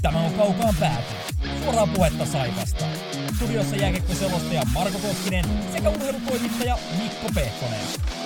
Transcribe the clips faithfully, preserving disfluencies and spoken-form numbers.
Tämä on Kaukaan pääty. Suoraa puhetta Saipasta. Studiossa jääkiekkoselostaja Marko Koskinen sekä urheilutoimittaja Mikko Pehkonen.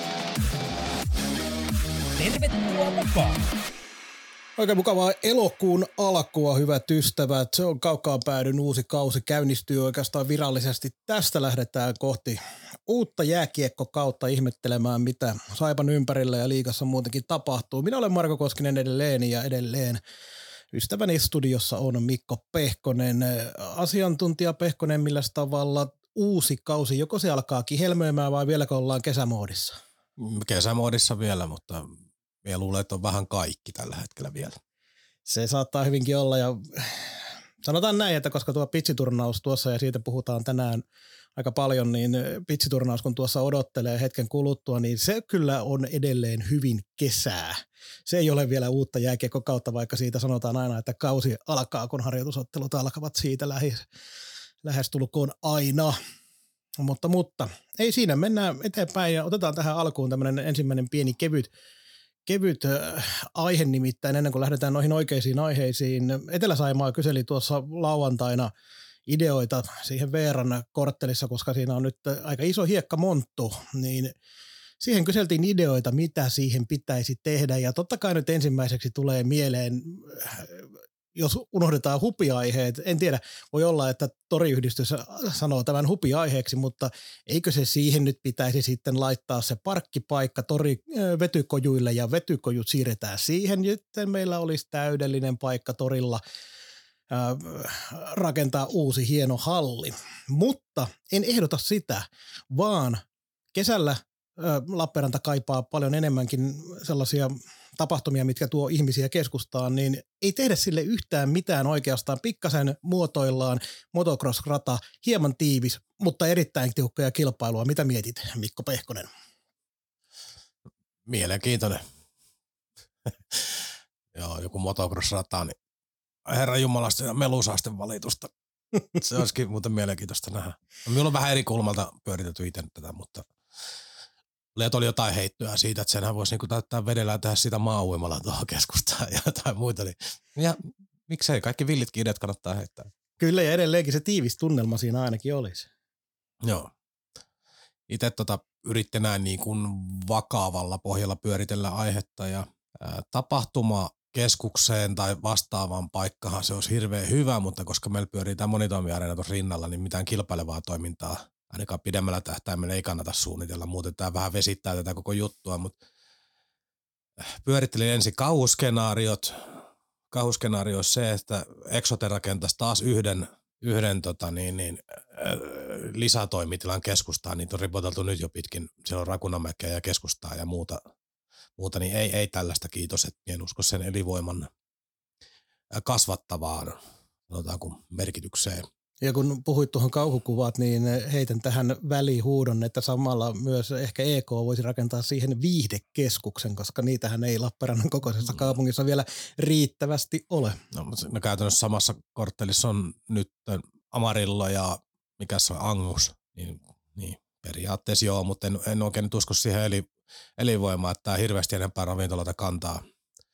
Tervetuloa mukaan! Oikein mukavaa elokuun alkua, hyvät ystävät. Se on Kaukaan päädyn uusi kausi. Käynnistyy oikeastaan virallisesti. Tästä lähdetään kohti uutta jääkiekkokautta ihmettelemään, mitä Saipan ympärillä ja liigassa muutenkin tapahtuu. Minä olen Marko Koskinen edelleen ja edelleen ystäväni studiossa on Mikko Pehkonen. Asiantuntija Pehkonen, millä tavalla uusi kausi, joko se alkaa kihelmöimään vai vieläkö ollaan kesämoodissa? Kesämoodissa vielä, mutta minä luulen, että on vähän kaikki tällä hetkellä vielä. Se saattaa hyvinkin olla ja sanotaan näin, että koska tuo pitsiturnaus tuossa ja siitä puhutaan tänään aika paljon, niin pitsiturnaus kun tuossa odottelee hetken kuluttua, niin se kyllä on edelleen hyvin kesää. Se ei ole vielä uutta jääkiekkokautta, vaikka siitä sanotaan aina, että kausi alkaa, kun harjoitusottelut alkavat siitä lähes, lähestulkoon aina. Mutta, mutta ei siinä, mennään eteenpäin ja otetaan tähän alkuun tämmöinen ensimmäinen pieni kevyt, kevyt äh, aihe nimittäin ennen kuin lähdetään noihin oikeisiin aiheisiin. Etelä-Saimaa kyseli tuossa lauantaina ideoita siihen Veeran korttelissa, koska siinä on nyt aika iso hiekkamonttu, niin siihen kyseltiin ideoita, mitä siihen pitäisi tehdä ja totta kai nyt ensimmäiseksi tulee mieleen, jos unohdetaan hupiaiheet, en tiedä, voi olla, että toriyhdistys sanoo tämän hupiaiheeksi, mutta eikö se siihen nyt pitäisi sitten laittaa se parkkipaikka tori vetykojuille ja vetykojut siirretään siihen, joten meillä olisi täydellinen paikka torilla rakentaa uusi hieno halli. Mutta en ehdota sitä, vaan kesällä Lappeenranta kaipaa paljon enemmänkin sellaisia tapahtumia, mitkä tuo ihmisiä keskustaan, niin ei tehdä sille yhtään mitään oikeastaan. Pikkasen muotoillaan motocross-rata, hieman tiivis, mutta erittäin tiukkoja kilpailua. Mitä mietit, Mikko Pehkonen? Mielenkiintoinen. Joo, joku motocross-rata, niin herra jumalasta melusaasten valitusta. Se olisikin muuten mielenkiintoista nähdä. Minulla on vähän eri kulmalta pyöritetty itse tätä, mutta Leet oli jotain heittoa siitä, että senhän voisi niinku täyttää vedellä ja tehdä sitä maa-uimalla tuohon keskustaan ja jotain muita. Niin, ja miksei, kaikki villitkin ideat kannattaa heittää. Kyllä ja edelleenkin se tiivis tunnelma siinä ainakin olisi. Joo. Itse tota, yritin näin niin kuin vakavalla pohjalla pyöritellä aihetta ja ää, tapahtumakeskukseen tai vastaavaan paikkaan se olisi hirveän hyvä, mutta koska meillä pyörii tämä monitoimiareena tuossa rinnalla, niin mitään kilpailevaa toimintaa ainakaan pidemmällä tähtäimellä ei kannata suunnitella, muuten tämä vähän vesittää tätä koko juttua, mutta pyörittelin ensin kauhuskenaariot. Kauhuskenaario on se, että Exote rakentaisi taas yhden, yhden tota niin, niin, äh, lisätoimitilan keskustaan, niitä on ripoteltu nyt jo pitkin, siellä on Rakunamäkeä ja keskustaa ja muuta, muuta niin ei, ei tällaista kiitos, että en usko sen elinvoiman kasvattavaan sanotaanko merkitykseen. Ja kun puhuit tuohon kauhukuvat, niin heitän tähän välihuudon, että samalla myös ehkä E K voisi rakentaa siihen viihdekeskuksen, koska niitähän ei Lappeenrannan kokoisessa kaupungissa vielä riittävästi ole. No, no käytännössä samassa korttelissa on nyt Amarillo ja mikä se on Angus, niin, niin periaatteessa joo, mutta en, en oikein nyt usko siihen eli, elinvoimaan, että tämä hirveästi enempää ravintoloita kantaa.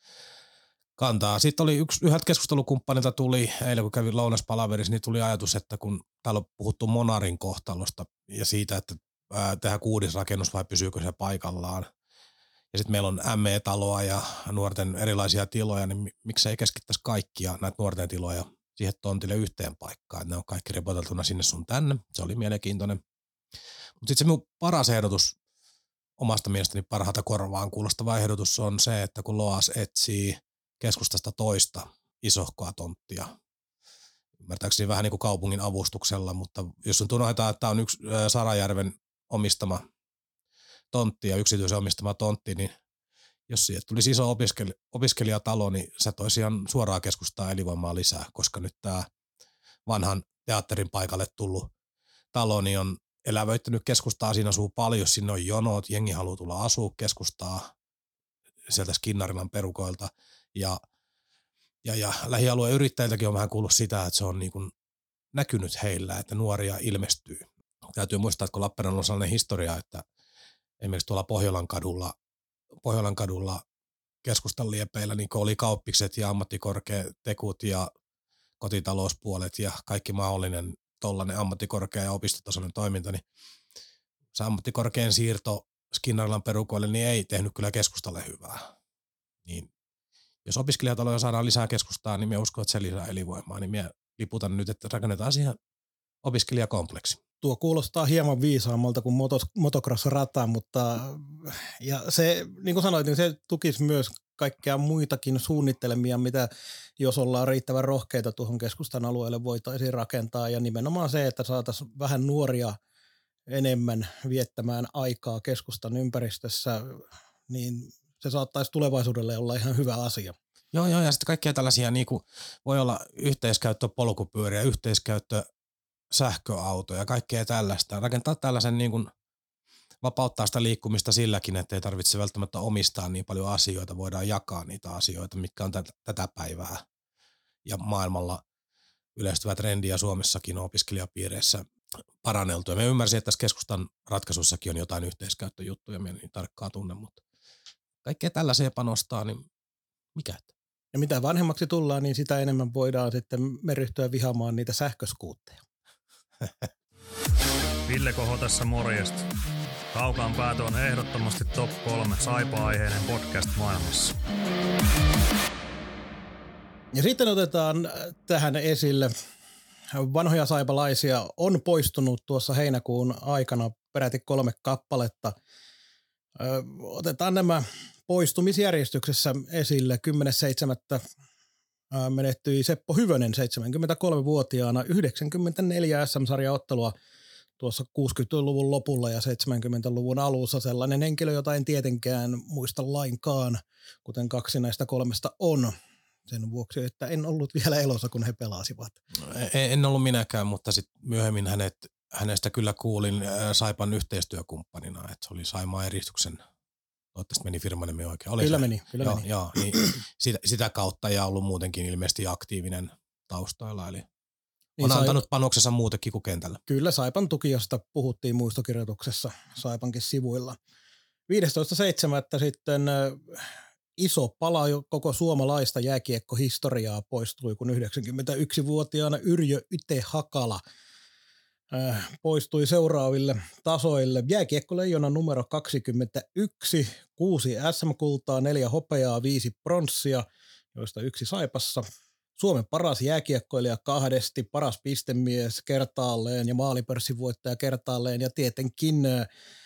kantaa. Sitten oli yksi, yhdeltä keskustelukumppanilta tuli, eilen kun kävin lounaspalaverissa, niin tuli ajatus, että kun täällä on puhuttu Monarin kohtalosta ja siitä, että ää, tehdään uudisrakennus vai pysyykö se paikallaan. Ja sitten meillä on M E-taloa ja nuorten erilaisia tiloja, niin miksei keskittäisi kaikkia näitä nuorten tiloja siihen tontille yhteen paikkaan. Että ne on kaikki ripoteltuna sinne sun tänne. Se oli mielenkiintoinen. Mutta sitten se minun paras ehdotus, omasta mielestäni parhaata korvaan kuulostava ehdotus on se, että kun Loas etsii keskustasta toista isohkoa tonttia. Ymmärtääkseni vähän niin kuin kaupungin avustuksella, mutta jos on unohdetaan, että tämä on yksi Sarajärven omistama tontti ja yksityisen omistama tontti, niin jos siihen tulisi iso opiskeli- opiskelijatalo, niin se toisi ihan suoraan keskustaa elinvoimaa lisää, koska nyt tämä vanhan teatterin paikalle tullut talo niin on elävöittänyt keskustaa, siinä asuu paljon, sinne on jonot, jengi haluaa tulla asua keskustaa sieltä Skinnarilan perukoilta. Ja, ja, ja lähialueen yrittäjiltäkin on vähän kuullut sitä, että se on niin kuin näkynyt heillä, että nuoria ilmestyy. Täytyy muistaa, että kun Lappeenrannalla on sellainen historia, että esimerkiksi tuolla Pohjolan kadulla, Pohjolan kadulla keskustan liepeillä niin oli kauppikset ja ammattikorkeatekut ja kotitalouspuolet ja kaikki mahdollinen tollainen ammattikorkea ja opistotasoinen toiminta, niin se ammattikorkean siirto Skinnarilan perukoille niin ei tehnyt kyllä keskustalle hyvää. Niin, jos opiskelijataloja saadaan lisää keskustaa, niin minä uskon, että se lisää elinvoimaa, niin minä liputan nyt, että rakennetaan siihen opiskelijakompleksi. Tuo kuulostaa hieman viisaammalta kuin motos, motocross-rata, mutta ja se, niin kuin sanoit, niin se tukisi myös kaikkea muitakin suunnittelemia, mitä jos ollaan riittävän rohkeita tuohon keskustan alueelle voitaisiin rakentaa. Ja nimenomaan se, että saataisiin vähän nuoria enemmän viettämään aikaa keskustan ympäristössä, niin se saattaisi tulevaisuudelle olla ihan hyvä asia. Joo, joo, ja sitten kaikkia tällaisia, niin kuin voi olla yhteiskäyttöpolkupyöriä, yhteiskäyttö sähköautoja, kaikkea tällaista. Rakentaa tällaisen niin kuin, vapauttaa sitä liikkumista silläkin, että ei tarvitse välttämättä omistaa niin paljon asioita, voidaan jakaa niitä asioita, mitkä on tätä, tätä päivää. Ja maailmalla yleistyvä trendi ja Suomessakin on opiskelijapiireissä paranneltu. Ja me ymmärsin, että tässä keskustan ratkaisussakin on jotain yhteiskäyttöjuttuja, me niin tarkkaan tunne, mutta kaikkea tällaisia panostaa, niin mikä? Ja mitä vanhemmaksi tullaan, niin sitä enemmän voidaan sitten me ryhtyä vihaamaan niitä sähköskuutteja. Ville Koho tässä morjesta. Kaukaan päätö on ehdottomasti top kolme Saipa-aiheinen podcast maailmassa. Ja sitten otetaan tähän esille. Vanhoja saipalaisia on poistunut tuossa heinäkuun aikana peräti kolme kappaletta. Otetaan nämä poistumisjärjestyksessä esille. kymmenes seitsemättä menehtyi Seppo Hyvönen seitsemänkymmentäkolmevuotiaana yhdeksänkymmentäneljä S M-sarjaottelua tuossa kuusikymmentäluvun lopulla ja seitsemänkymmentäluvun alussa. Sellainen henkilö, jota en tietenkään muista lainkaan, kuten kaksi näistä kolmesta on. Sen vuoksi, että en ollut vielä elossa, kun he pelasivat. En, en ollut minäkään, mutta sitten myöhemmin hänet, hänestä kyllä kuulin Saipan yhteistyökumppanina, että se oli Saimaa Eristyksen. Toivottavasti meni firman nimi oikein. Oli kyllä se? meni, kyllä joo, meni. Joo, niin sitä, sitä kautta ja ollut muutenkin ilmeisesti aktiivinen taustoilla, eli on niin antanut Saipa, panoksensa muutenkin kuin kentällä. Kyllä, Saipan tuki, josta puhuttiin muistokirjoituksessa Saipankin sivuilla. viidestoista seitsemättä sitten iso pala koko suomalaista jääkiekkohistoriaa poistui, kun yhdeksänkymmentäyksivuotiaana Yrjö Yte Hakala poistui seuraaville tasoille. Jääkiekkoleijona numero kaksikymmentäyksi, kuusi S M-kultaa, neljä hopeaa, viisi pronssia, joista yksi Saipassa. Suomen paras jääkiekkoilija kahdesti, paras pistemies kertaalleen ja maalipörssin voittaja kertaalleen ja tietenkin ää,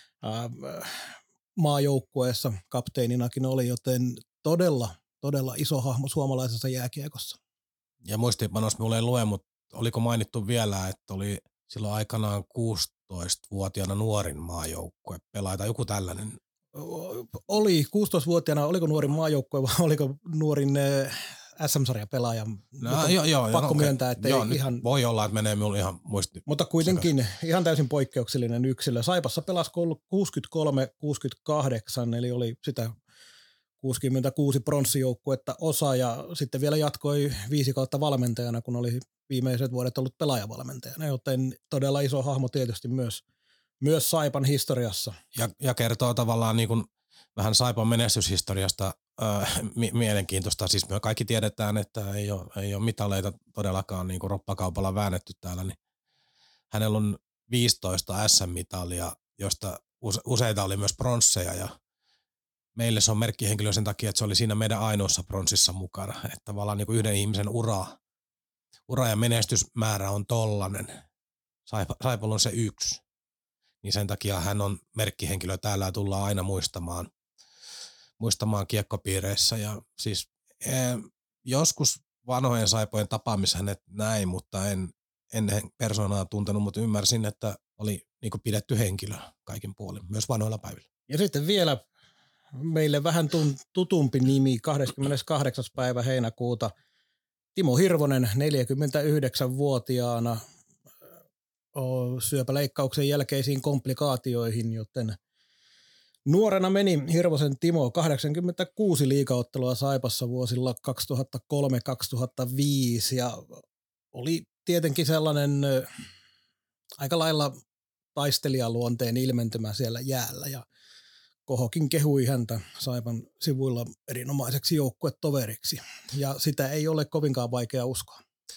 maajoukkueessa kapteeninakin oli, joten todella, todella iso hahmo suomalaisessa jääkiekossa. Ja muistiinpanos minulle ei lue, mutta oliko mainittu vielä, että oli silloin aikanaan kuusitoistavuotiaana nuorin maajoukkue pelaaja tai joku tällainen? Oli kuusitoistavuotiaana, oliko nuorin maajoukkue vai oliko nuorin S M-sarjan pelaaja? No, joo, joo, pakko no, myöntää, että joo, ei ihan... Voi olla, että menee minulle ihan muisti. Mutta kuitenkin sekä. Ihan täysin poikkeuksellinen yksilö. Saipassa pelasi kuusikymmentäkolme kuusikymmentäkahdeksan, eli oli sitä kuusikymmentäkuusi pronssijoukkuetta osa ja sitten vielä jatkoi viisi kautta valmentajana, kun oli viimeiset vuodet ollut pelaajavalmentajana, joten todella iso hahmo tietysti myös, myös Saipan historiassa. Ja, ja kertoo tavallaan niin kuin vähän Saipan menestyshistoriasta äh, mi- mielenkiintoista. Siis me kaikki tiedetään, että ei ole, ei ole mitaleita todellakaan niin kuin roppakaupalla väännetty täällä, niin hänellä on viisitoista S M-mitalia, josta useita oli myös pronsseja ja meille se on merkkihenkilö sen takia, että se oli siinä meidän ainoassa pronssissa mukana. Että tavallaan niin kuin yhden ihmisen ura, ura ja menestysmäärä on tollainen. Saipa, Saipalla on se yksi. Niin sen takia hän on merkkihenkilö täällä ja tullaan aina muistamaan, muistamaan kiekkopiireissä. Ja siis eh, joskus vanhojen Saipojen tapaamissa hänet näin, mutta en, en persoonaa tuntenut, mutta ymmärsin, että oli niin kuin pidetty henkilö kaikin puolin, myös vanhoilla päivillä. Ja sitten vielä meille vähän tutumpi nimi, kahdeskymmeneskahdeksas päivä heinäkuuta. Timo Hirvonen, neljäkymmentäyhdeksänvuotiaana syöpäleikkauksen jälkeisiin komplikaatioihin, joten nuorena meni Hirvosen Timo kahdeksankymmentäkuusi liigaottelua Saipassa vuosilla kaksituhattakolme kaksituhattaviisi ja oli tietenkin sellainen aika lailla taistelijaluonteen ilmentymä siellä jäällä ja Kohokin kehui häntä Saipan sivuilla erinomaiseksi joukkuetoveriksi, ja sitä ei ole kovinkaan vaikea uskoa.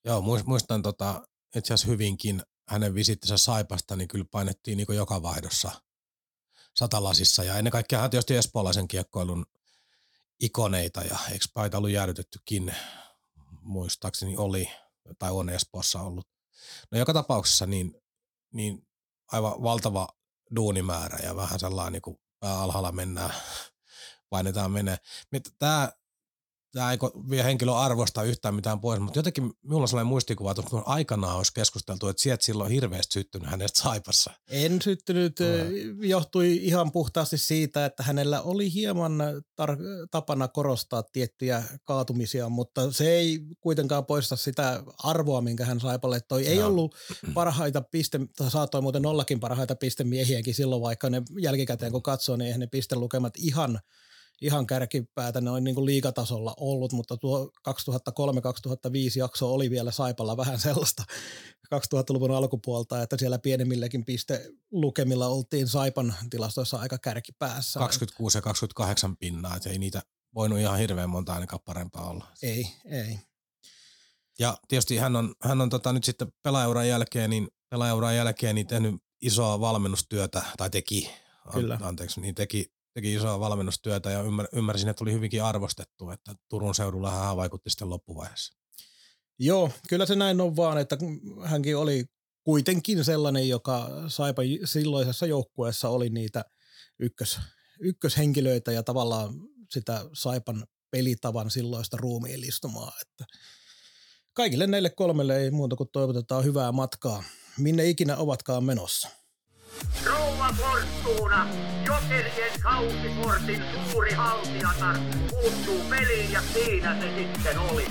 Joo, muistan tota, itse asiassa hyvinkin hänen visittinsä Saipasta, niin kyllä painettiin niin joka vaihdossa satalasissa. Ja ennen kaikkea hän tietysti espoolaisen kiekkoilun ikoneita ja eikö paita ollut jäädytettykin, muistaakseni oli tai on Espoossa ollut. No joka tapauksessa niin, niin aivan valtava duunimäärä ja vähän sellainen niin kuin pää alhaalla mennään, painetaan menee. Tämä Tämä ei vie henkilön arvosta yhtään mitään pois, mutta jotenkin minulla on sellainen muistikuva, että aikanaan olisi keskusteltu, että sieltä silloin hirveästi syttynyt hänestä Saipassa. En syttynyt, no. Johtui ihan puhtaasti siitä, että hänellä oli hieman tar- tapana korostaa tiettyjä kaatumisia, mutta se ei kuitenkaan poista sitä arvoa, minkä hän Saipalle toi. Ei no. ollut parhaita piste, tai saattoi muuten ollakin parhaita pistemiehiäkin silloin, vaikka ne jälkikäteen kun katsoo, niin eihän ne pistelukemat ihan ihan kärkipäätä noin niin kuin liigatasolla ollut, mutta tuo kaksituhattakolme kaksituhattaviisi jakso oli vielä Saipalla vähän sellaista kaksituhattaluvun alkupuolta, että siellä pienemmilläkin pistelukemilla oltiin Saipan tilastoissa aika kärkipäässä. kaksikymmentäkuusi ja kaksikymmentäkahdeksan pinnaa, että ei niitä voinut ihan hirveän monta ainakaan parempaa olla. Ei, ei. Ja tietysti hän on, hän on tota nyt sitten pelaajuran jälkeen, niin pelaajuran jälkeen niin tehnyt isoa valmennustyötä, tai teki, Kyllä. anteeksi, niin teki teki isoa valmennustyötä ja ymmär, ymmärsin, että oli hyvinkin arvostettu, että Turun seudulla hän vaikutti sitten loppuvaiheessa. Joo, kyllä se näin on vaan, että hänkin oli kuitenkin sellainen, joka Saipan silloisessa joukkueessa oli niitä ykkös, ykköshenkilöitä ja tavallaan sitä Saipan pelitavan silloista ruumiillistumaa. Että kaikille näille kolmelle ei muuta kuin toivotetaan hyvää matkaa, minne ikinä ovatkaan menossa. Rouva Fortuna, Jokerien kausikortin suuri haltijatar, puuttuu peliin ja siinä se sitten oli.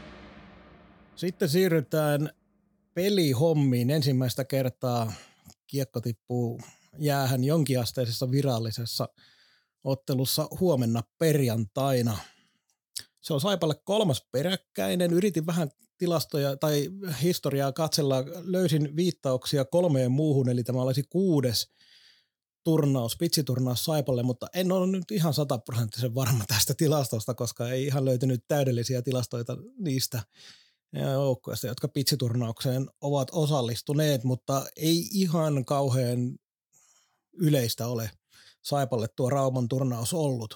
Sitten siirrytään pelihommiin. Ensimmäistä kertaa kiekko tippuu jäähän jonkinasteisessa virallisessa ottelussa huomenna perjantaina. Se on Saipalle kolmas peräkkäinen. Yritin vähän tilastoja tai historiaa katsella. Löysin viittauksia kolmeen muuhun, eli tämä olisi kuudes turnaus, pitsiturnaus Saipalle, mutta en ole nyt ihan sataprosenttisen varma tästä tilastosta, koska ei ihan löytynyt täydellisiä tilastoita niistä joukkueista, jotka pitsiturnaukseen ovat osallistuneet, mutta ei ihan kauhean yleistä ole Saipalle tuo Rauman turnaus ollut.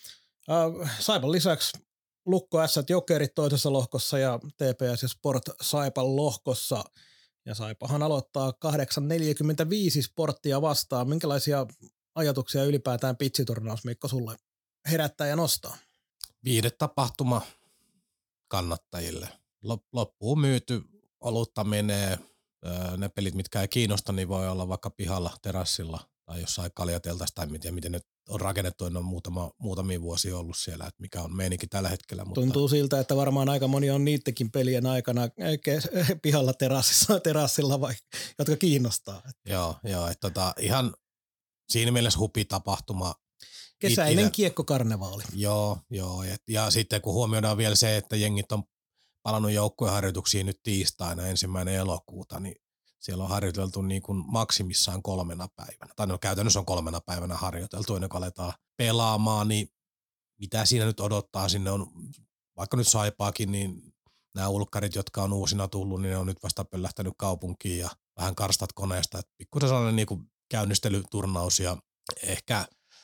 Saipan lisäksi Lukko Ässät Jokerit toisessa lohkossa ja T P S ja Sport Saipan lohkossa. Ja Saipahan aloittaa kahdeksan neljäkymmentäviisi Sporttia vastaan. Minkälaisia ajatuksia ylipäätään pitsiturnaus, Mikko, sulle herättää ja nostaa? Viides tapahtuma kannattajille. Loppuun myyty, olutta menee. Ne pelit, mitkä ei kiinnosta, niin voi olla vaikka pihalla, terassilla tai jossain kaljateltaista tai miten, miten nyt on rakennettu, en ole muutama, muutamia vuosia ollut siellä, että mikä on meininki tällä hetkellä. Mutta tuntuu siltä, että varmaan aika moni on niidenkin pelien aikana pihalla terassilla, terassilla vai, jotka kiinnostaa. Joo, joo että tota, ihan siinä mielessä hupitapahtuma. Kesäinen It, kiekkokarnevaali. Joo, joo. Ja, ja sitten kun huomioidaan vielä se, että jengit on palannut joukkueharjoituksiin nyt tiistaina ensimmäinen elokuuta, niin siellä on harjoiteltu niin kuin maksimissaan kolmena päivänä. Tai no käytännössä on kolmena päivänä harjoiteltu ennen kuin aletaan pelaamaan, niin mitä siinä nyt odottaa? Sinne on, vaikka nyt Saipaakin, niin nämä ulkkarit, jotka on uusina tullut, niin ne on nyt vasta pöllähtänyt kaupunkiin ja vähän karstat koneesta. Pikkuisen sellainen niin kuin käynnistelyturnaus ja ehkä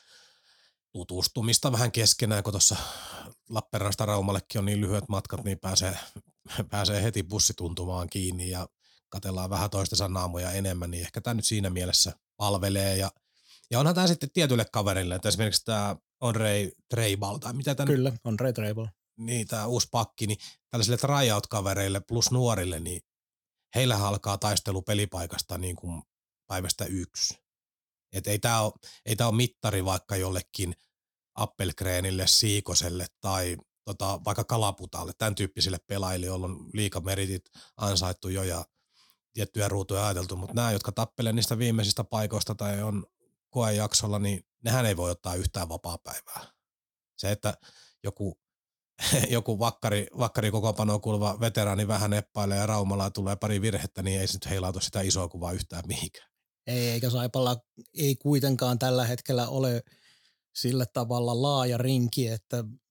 tutustumista vähän keskenään, kun tuossa Lappeenrannasta Raumallekin on niin lyhyet matkat, niin pääsee, pääsee heti bussituntumaan kiinni ja katsellaan vähän toistensa naamoja enemmän, niin ehkä tämä nyt siinä mielessä palvelee. Ja, ja onhan tämä sitten tietyille kaverille, että esimerkiksi tämä Ondrej Treibal, tai mitä tämä Kyllä, Ondrej Treibal. Niin, tämä uusi pakki, niin tällaisille tryout-kavereille plus nuorille, niin heillä alkaa taistelu pelipaikasta niin kuin päivästä yksi. Että ei tämä ole, ei tämä ole mittari vaikka jollekin Appelgreenille, Siikoselle tai tota, vaikka Kalaputalle, tämän tyyppisille pelaajille, joilla on liigameritit ansaittu jo ja tiettyjä ruutuja ajateltu, mutta nämä, jotka tappelee niistä viimeisistä paikoista tai on koejaksolla, niin nehän ei voi ottaa yhtään vapaapäivää. Se, että joku, joku vakkari, vakkari kokoonpanoon kuuluva veteraani vähän eppailee ja Raumalla tulee pari virhettä, niin ei se nyt heilautu sitä isoa kuvaa yhtään mihinkään. Ei, eikä Saipalla ei kuitenkaan tällä hetkellä ole sillä tavalla laaja rinki, että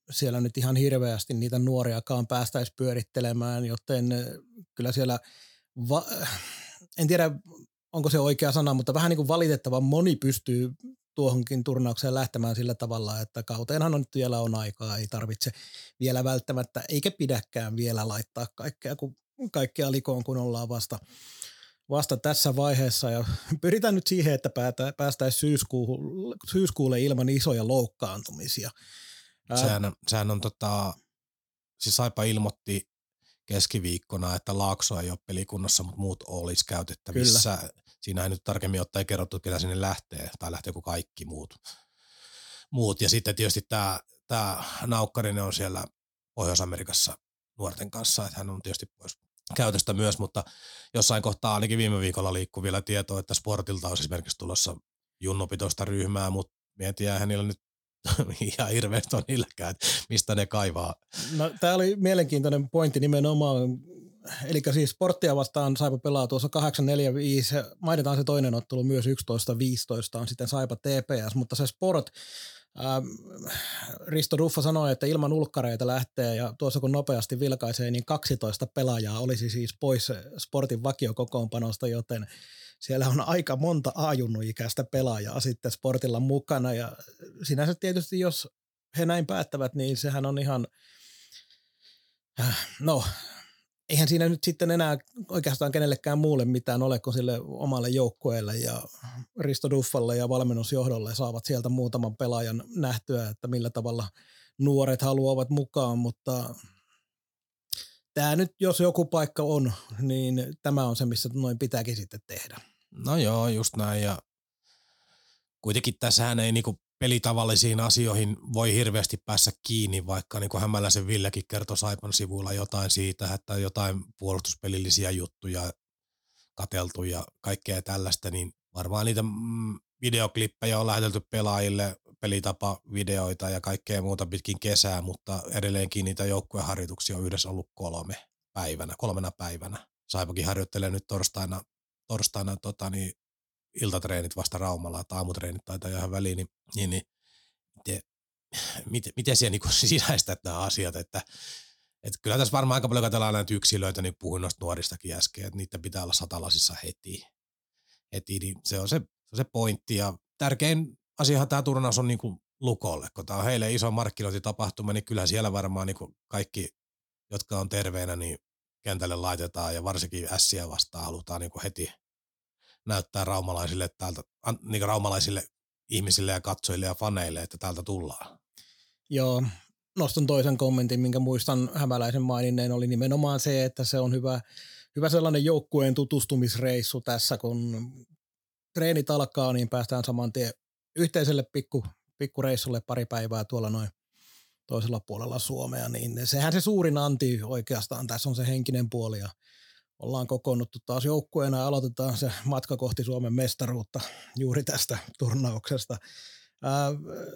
siellä nyt ihan hirveästi niitä nuoriakaan päästäisi pyörittelemään, joten kyllä siellä, va- en tiedä onko se oikea sana, mutta vähän niin kuin valitettavan moni pystyy tuohonkin turnaukseen lähtemään sillä tavalla, että kauteenhan on nyt vielä on aikaa, ei tarvitse vielä välttämättä, eikä pidäkään vielä laittaa kaikkea, kun kaikkea likoon, kun ollaan vasta, vasta tässä vaiheessa. Ja pyritään nyt siihen, että päästäisiin syyskuulle, syyskuulle ilman isoja loukkaantumisia. Sehän, sehän on tota, siis Saipa ilmoitti keskiviikkona, että Laakso ei ole pelikunnassa, mutta muut olisi käytettävissä. Kyllä. Siinä ei nyt tarkemmin ottaa ei kerrottu, ketä sinne lähtee, tai lähtee kuin kaikki muut. muut. Ja sitten tietysti tämä, tämä Naukkarinen on siellä Pohjois-Amerikassa nuorten kanssa, että hän on tietysti pois käytöstä myös, mutta jossain kohtaa ainakin viime viikolla liikkui vielä tietoa, että Sportilta olisi esimerkiksi tulossa junnupitoista ryhmää, mutta mietin, eihän niillä nyt ihan hirveästi on niilläkään, että mistä ne kaivaa. No, tämä oli mielenkiintoinen pointti nimenomaan. Eli siis Sporttia vastaan Saipa pelaa tuossa kahdeksan neljä viisi. Mainitaan se toinen ottelu myös yksitoista viisitoista on sitten Saipa T P S, mutta se Sport, ähm, Risto Ruffa sanoi, että ilman ulkkareita lähtee ja tuossa kun nopeasti vilkaisee, niin kaksitoista pelaajaa olisi siis pois Sportin vakiokokoonpanosta, joten siellä on aika monta A-junnu-ikäistä pelaajaa sitten Sportilla mukana ja sinänsä tietysti jos he näin päättävät, niin sehän on ihan, no eihän siinä nyt sitten enää oikeastaan kenellekään muulle mitään ole kuin sille omalle joukkueelle ja Risto Duffalle ja valmennusjohdolle saavat sieltä muutaman pelaajan nähtyä, että millä tavalla nuoret haluavat mukaan, mutta tämä nyt, jos joku paikka on, niin tämä on se, missä noin pitääkin sitten tehdä. No joo, just näin ja kuitenkin tässähän ei niinku pelitavallisiin asioihin voi hirveästi päässä kiinni, vaikka niin kuin Hämäläisen Villekin kertoi Saipan sivuilla jotain siitä, että jotain puolustuspelillisiä juttuja katseltu ja kaikkea tällaista, niin varmaan niitä mm, videoklippejä on lähetelty pelaajille, pelitapavideoita ja kaikkea muuta pitkin kesää, mutta edelleenkin niitä joukkueharjoituksia on yhdessä ollut kolme päivänä, kolmena päivänä. Saipakin harjoittelee nyt torstaina, torstaina tota niin, iltatreenit vasta Raumalla, tai aamutreenit taitaa ihan väliin, niin, niin, niin miten, miten, miten siellä niin sisäistät nämä asiat, että, että kyllä tässä varmaan aika paljon katsellaan näitä yksilöitä, niin puhuin noista nuoristakin äsken, että niitä pitää olla satalasissa heti, heti niin se on se, se on se pointti, ja tärkein asiahan tämä turnaus on niin kuin Lukolle, kun tämä on heille iso markkinointitapahtuma, niin kyllä siellä varmaan niin kuin kaikki, jotka on terveenä, niin kentälle laitetaan, ja varsinkin ässiä vastaan halutaan niin kuin heti näyttää raumalaisille, täältä, niin raumalaisille ihmisille ja katsojille ja faneille, että täältä tullaan. Joo, nostan toisen kommentin, minkä muistan Hämäläisen maininneen, oli nimenomaan se, että se on hyvä, hyvä sellainen joukkueen tutustumisreissu tässä, kun treenit alkaa, niin päästään saman tien yhteiselle pikku, pikkureissulle pari päivää tuolla noin toisella puolella Suomea, niin sehän se suurin anti oikeastaan, tässä on se henkinen puoli ja ollaan kokoonnuttu taas joukkueena ja aloitetaan se matka kohti Suomen mestaruutta juuri tästä turnauksesta. Ää,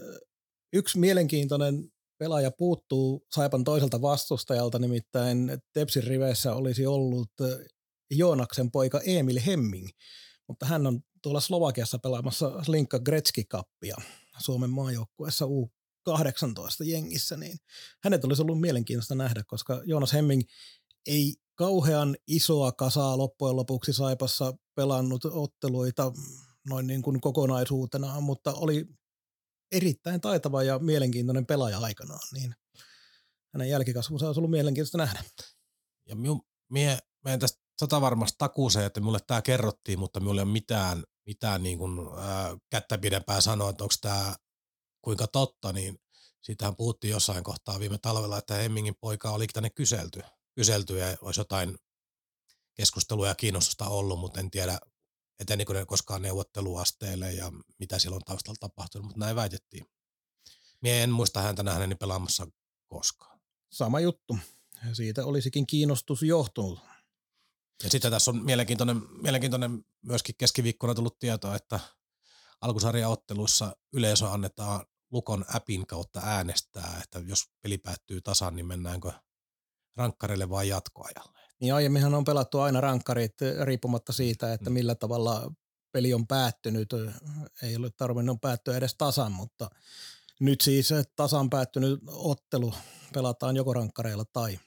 yksi mielenkiintoinen pelaaja puuttuu Saipan toiselta vastustajalta, nimittäin Tepsin riveissä olisi ollut Joonaksen poika Emil Hemming, mutta hän on tuolla Slovakiassa pelaamassa Slinka Gretzky-kappia Suomen maajoukkueessa U kahdeksantoista jengissä, niin hänet olisi ollut mielenkiintoista nähdä, koska Joonas Hemming ei kauhean isoa kasaa loppujen lopuksi Saipassa pelannut otteluita noin niin kuin kokonaisuutena, mutta oli erittäin taitava ja mielenkiintoinen pelaaja aikanaan, niin hänen jälkikasvunsa olisi ollut mielenkiintoista nähdä. Ja minun, mie, meidän tästä sata varmasti takuuseen, että minulle tämä kerrottiin, mutta minulla ei ole mitään, mitään niin kuin, ää, kättä pidempää sanoa, että onko tämä kuinka totta, niin siitähän puhuttiin jossain kohtaa viime talvella, että Hemmingin poika oli tänne kyselty. kyselty ja olisi jotain keskustelua ja kiinnostusta ollut, mutta en tiedä, etenikö ne koskaan neuvotteluasteelle ja mitä siellä on taustalla tapahtunut, mutta näin väitettiin. Mie en muista häntä nähneeni pelaamassa koskaan. Sama juttu. Siitä olisikin kiinnostus johtunut. Ja sitten tässä on mielenkiintoinen, mielenkiintoinen myöskin keskiviikkona tullut tieto, että alkusarjaotteluissa yleisö annetaan Lukon appin kautta äänestää, että jos peli päättyy tasan, niin mennäänkö rankkarille vai jatkoajalle. Niin aiemminhan on pelattu aina rankkarit riippumatta siitä, että millä tavalla peli on päättynyt. Ei ole tarvinnut päättyä edes tasan, mutta nyt siis tasan päättynyt ottelu pelataan joko rankkareilla tai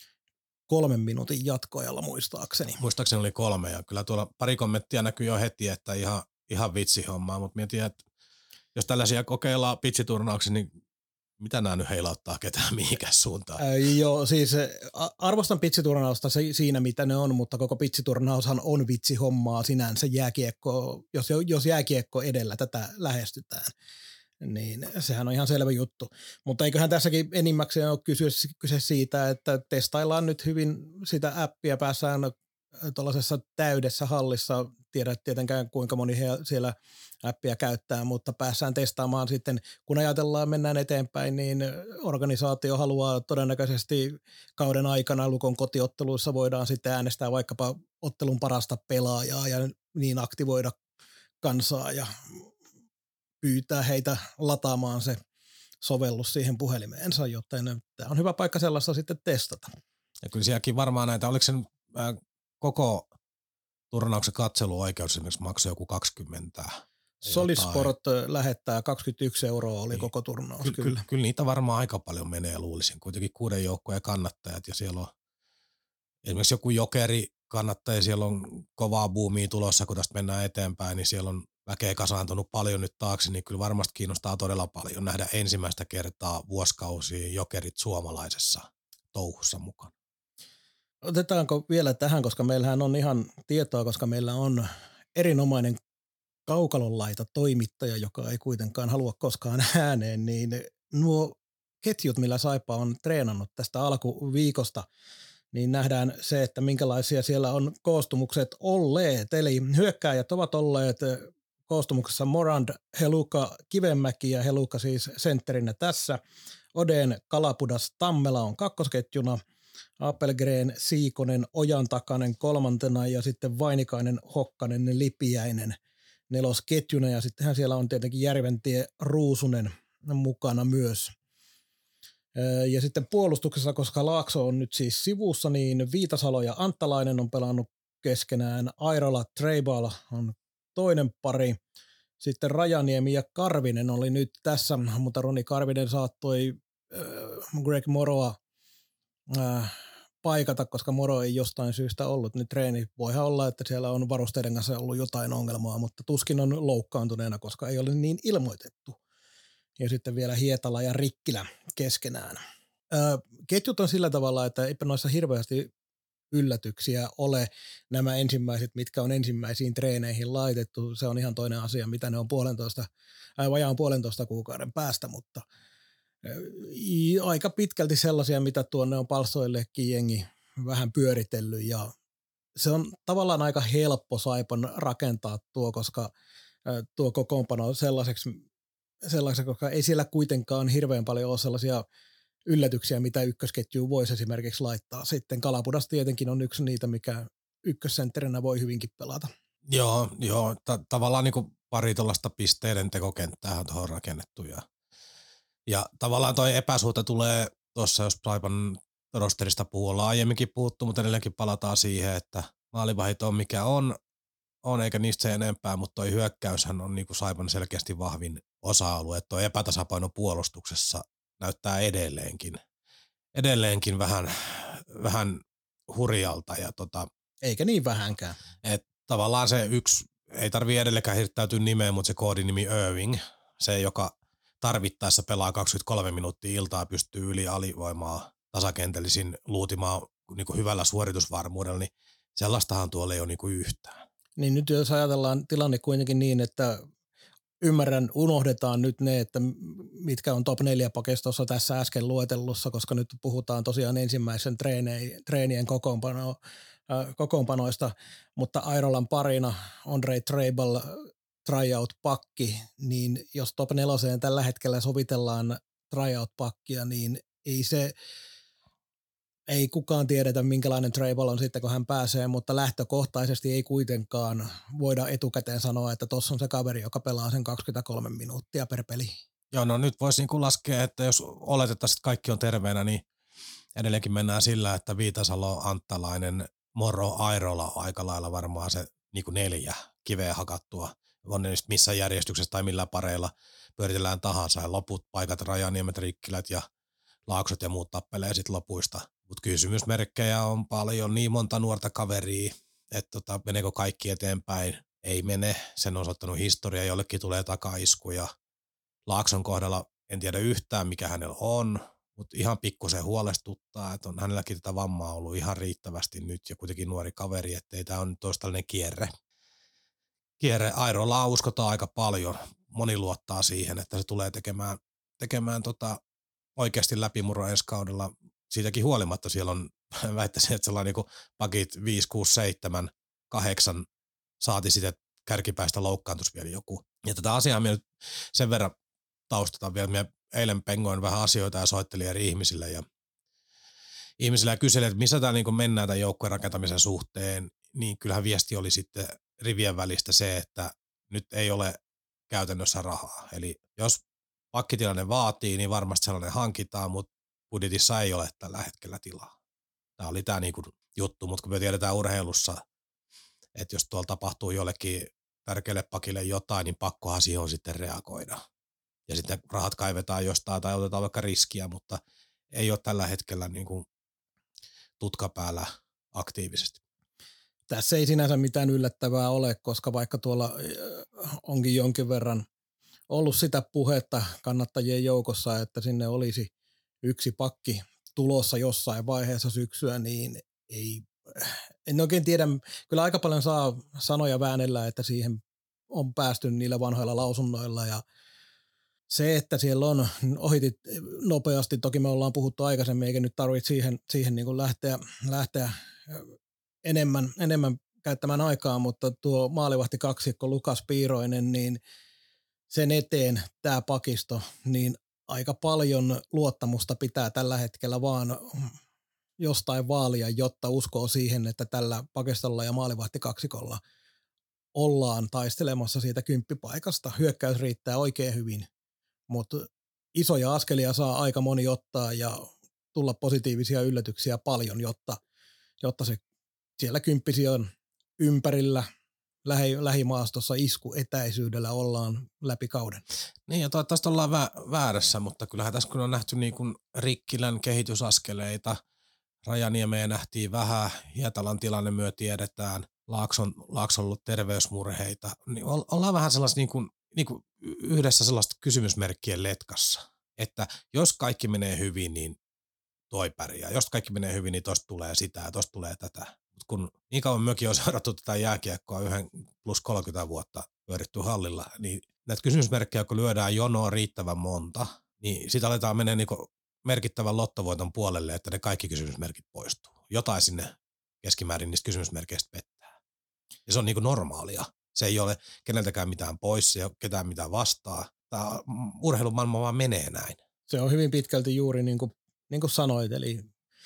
kolmen minuutin jatkoajalla muistaakseni. Muistaakseni oli kolme ja kyllä tuolla pari kommenttia näkyy jo heti, että ihan, ihan vitsi hommaa, mutta mietin, että jos tällaisia kokeillaan pitsiturnauksia, niin mitä nämä nyt heilauttaa ketään mihinkään suuntaan? Ää, joo, siis arvostan pitsiturnausta siinä, mitä ne on, mutta koko pitsiturnaushan on vitsihommaa sinänsä jääkiekko, jos, jos jääkiekko edellä tätä lähestytään, niin sehän on ihan selvä juttu. Mutta eiköhän tässäkin enimmäkseen ole kyse, kyse siitä, että testaillaan nyt hyvin sitä appia, päässään tuollaisessa täydessä hallissa, tiedät tietenkään kuinka moni he siellä appia käyttää, mutta päässään testaamaan sitten, kun ajatellaan mennään eteenpäin, niin organisaatio haluaa todennäköisesti kauden aikana Lukon kotiotteluissa voidaan sitten äänestää vaikkapa ottelun parasta pelaajaa ja niin aktivoida kansaa ja pyytää heitä lataamaan se sovellus siihen puhelimeensa, joten tämä on hyvä paikka sellaista sitten testata. Ja kyllä sielläkin varmaan näitä, oliko se äh, koko turnauksen katseluoikeus esimerkiksi maksoi joku kaksikymmentä. Solisport lähettää kaksikymmentäyksi euroa oli niin, koko turnaus. Kyllä, kyllä. kyllä niitä varmaan aika paljon menee, luulisin. Kuitenkin kuuden joukkueen kannattajat ja siellä on esimerkiksi joku Jokeri kannattaja, siellä on kovaa buumia tulossa, kun tästä mennään eteenpäin, niin siellä on väkeä kasaantunut paljon nyt taakse, niin kyllä varmasti kiinnostaa todella paljon nähdä ensimmäistä kertaa vuosikausia Jokerit suomalaisessa touhussa mukaan. Otetaanko vielä tähän, koska meillähän on ihan tietoa, koska meillä on erinomainen kaukalonlaita toimittaja, joka ei kuitenkaan halua koskaan ääneen, niin nuo ketjut, millä Saipa on treenannut tästä alkuviikosta, niin nähdään se, että minkälaisia siellä on koostumukset olleet. Eli hyökkääjät ovat olleet koostumuksessa Morand, Heluka, Kivenmäki ja Heluka siis sentterinä tässä. Oden, Kalapudas, Tammela on kakkosketjuna. Apelgren, Siikonen, Ojantakanen kolmantena ja sitten Vainikainen, Hokkanen, Lipiäinen nelosketjuna ja sittenhän siellä on tietenkin Järventie, Ruusunen mukana myös. Ja sitten puolustuksessa, koska Laakso on nyt siis sivussa, niin Viitasalo ja Anttalainen on pelannut keskenään. Airola, Treibal on toinen pari. Sitten Rajaniemi ja Karvinen oli nyt tässä, mutta Roni Karvinen saattoi äh, Greg Moroa äh, paikata, koska Moro ei jostain syystä ollut nyt treeni. Voihan olla, että siellä on varusteiden kanssa ollut jotain ongelmaa, mutta tuskin on loukkaantuneena, koska ei ole niin ilmoitettu. Ja sitten vielä Hietala ja Rikkilä keskenään. Öö, ketjut on sillä tavalla, että eipä noissa hirveästi yllätyksiä ole nämä ensimmäiset, mitkä on ensimmäisiin treeneihin laitettu. Se on ihan toinen asia, mitä ne on puolentoista, ää, vajaan puolentoista kuukauden päästä, mutta ää, aika pitkälti sellaisia, mitä tuonne on palstoillekin jengi vähän pyöritellyt ja se on tavallaan aika helppo Saipan rakentaa tuo, koska ää, tuo kokoonpano sellaiseksi, sellaiseksi, koska ei siellä kuitenkaan hirveän paljon ole sellaisia yllätyksiä, mitä ykkösketjuun voisi esimerkiksi laittaa. Sitten Kalapudas tietenkin on yksi niitä, mikä ykkössentterinä voi hyvinkin pelata. Joo, joo ta- tavallaan niin kuin pari tuollaista pisteiden tekokenttää on tuohon rakennettu. Ja, ja tavallaan toi epäsuhta tulee tuossa, jos Saipan rosterista puhuu, ollaan aiemminkin puhuttu, mutta edelleenkin palataan siihen, että maalivahit on mikä on, on eikä niistä se enempää, mutta toi hyökkäyshän on niin kuin Saipan selkeästi vahvin osa-alue, että toi epätasapaino puolustuksessa näyttää edelleenkin, edelleenkin vähän, vähän hurjalta. Ja tota, eikä niin vähänkään. Et tavallaan se yksi, ei tarvii edelleenkään hirttäytyä nimeen, mutta se koodinimi Irving, se joka tarvittaessa pelaa kaksikymmentäkolme minuuttia iltaa, pystyy yli alivoimaa tasakentällisin luutimaan niin kuin hyvällä suoritusvarmuudella, niin sellaistahan tuolla ei ole niin kuin yhtään. Niin nyt jos ajatellaan tilanne kuitenkin niin, että ymmärrän, unohdetaan nyt ne, että mitkä on top neljä pakestossa tässä äsken luetellussa, koska nyt puhutaan tosiaan ensimmäisen treenien, treenien kokoonpano, äh, kokoonpanoista, mutta Airolan parina Ondrej Treibal tryout-pakki, niin jos top neloseen tällä hetkellä sovitellaan tryout-pakkia, niin ei se, ei kukaan tiedetä minkälainen Treibal on sitten kun hän pääsee, mutta lähtökohtaisesti ei kuitenkaan voida etukäteen sanoa, että tuossa on se kaveri, joka pelaa sen kaksikymmentäkolme minuuttia per peli. Joo, no nyt voisi niin laskea, että jos oletettaisiin, että kaikki on terveenä, niin edelleenkin mennään sillä, että Viitasalo, Anttalainen, Moro, Airola on aika lailla varmaan se niin kuin neljä kiveä hakattua on ne missä järjestyksessä tai millä pareilla pyöritellään tahansa. Ja loput paikat, Rajaniemet, Rikkilät ja Laaksot ja muut tappelee sitten lopuista. Mutta kysymysmerkkejä on paljon, niin monta nuorta kaveria, että tota, meneekö kaikki eteenpäin? Ei mene. Sen on osoittanut historia, jollekin tulee takaiskuja. Laakson kohdalla en tiedä yhtään, mikä hänellä on, mutta ihan pikkusen huolestuttaa, että on hänelläkin tätä vammaa ollut ihan riittävästi nyt ja kuitenkin nuori kaveri, ettei tämä on toista tällainen kierre. Kierre Airolla uskotaan aika paljon. Moni luottaa siihen, että se tulee tekemään, tekemään tota oikeasti läpimurro ensi kaudella. Siitäkin huolimatta siellä on, väittäisin, että sellainen niin pakit viisi, kuusi, seitsemän, kahdeksan saati sitten kärkipäästä loukkaantus vielä joku. Ja tätä asiaa minä sen verran taustataan vielä. Minä eilen pengoin vähän asioita ja soittelin eri ihmisille ja ihmisille ja kyselin, että missä tämä niin mennään tämän joukkueen rakentamisen suhteen, niin kyllähän viesti oli sitten rivien välistä se, että nyt ei ole käytännössä rahaa. Eli jos pakkitilanne vaatii, niin varmasti sellainen hankitaan, mutta budjetissa ei ole tällä hetkellä tilaa. Tämä oli tämä niin kuin juttu, mutta kun me tiedetään urheilussa, että jos tuolla tapahtuu jollekin tärkeälle pakille jotain, niin pakkohan siihen on sitten reagoida. Ja sitten rahat kaivetaan jostain tai otetaan vaikka riskiä, mutta ei ole tällä hetkellä niin kuin tutka päällä aktiivisesti. Tässä ei sinänsä mitään yllättävää ole, koska vaikka tuolla onkin jonkin verran ollut sitä puhetta kannattajien joukossa, että sinne olisi yksi pakki tulossa jossain vaiheessa syksyä, niin ei, en oikein tiedä, kyllä aika paljon saa sanoja väännellä, että siihen on päästy niillä vanhoilla lausunnoilla ja se, että siellä on ohitit nopeasti, toki me ollaan puhuttu aikaisemmin, eikä nyt tarvitse siihen, siihen niin kuin lähteä, lähteä enemmän, enemmän käyttämään aikaa, mutta tuo maalivahti kaksikko Lukas Piiroinen, niin sen eteen tämä pakisto, niin aika paljon luottamusta pitää tällä hetkellä vaan jostain vaalia, jotta uskoo siihen, että tällä pakistolla ja maalivahti kaksikolla ollaan taistelemassa siitä kymppipaikasta. Hyökkäys riittää oikein hyvin, mutta isoja askelia saa aika moni ottaa ja tulla positiivisia yllätyksiä paljon, jotta, jotta se siellä kymppisiön ympärillä lähi, lähimaastossa isku etäisyydellä ollaan läpi kauden. Niin ja toivottavasti ollaan vä- väärässä, mutta kyllähän tässä kun on nähty niin kuin Rikkilän kehitysaskeleita, Rajaniemeen nähtiin vähän, Hietalan tilanne myö tiedetään, Laakson, Laakson ollut terveysmurheita, niin ollaan vähän sellaista niin kuin, niin kuin yhdessä sellaista kysymysmerkkien letkassa, että jos kaikki menee hyvin, niin toi pärjää. Jos kaikki menee hyvin, niin tosta tulee sitä ja tosta tulee tätä. Mut kun niin kauan mökin on seurattu tätä jääkiekkoa yhden plus kolmekymmentä vuotta pyöritty hallilla, niin näitä kysymysmerkkejä, kun lyödään jonoa riittävän monta, niin sitä aletaan mennä niinku merkittävän lottovoiton puolelle, että ne kaikki kysymysmerkit poistuu. Jotain sinne keskimäärin niistä kysymysmerkeistä pettää. Ja se on niinku normaalia. Se ei ole keneltäkään mitään pois, se ei ole ketään mitään vastaa. Tämä urheilumaailma vaan menee näin. Se on hyvin pitkälti juuri niin kuin, niin kuin sanoit, eli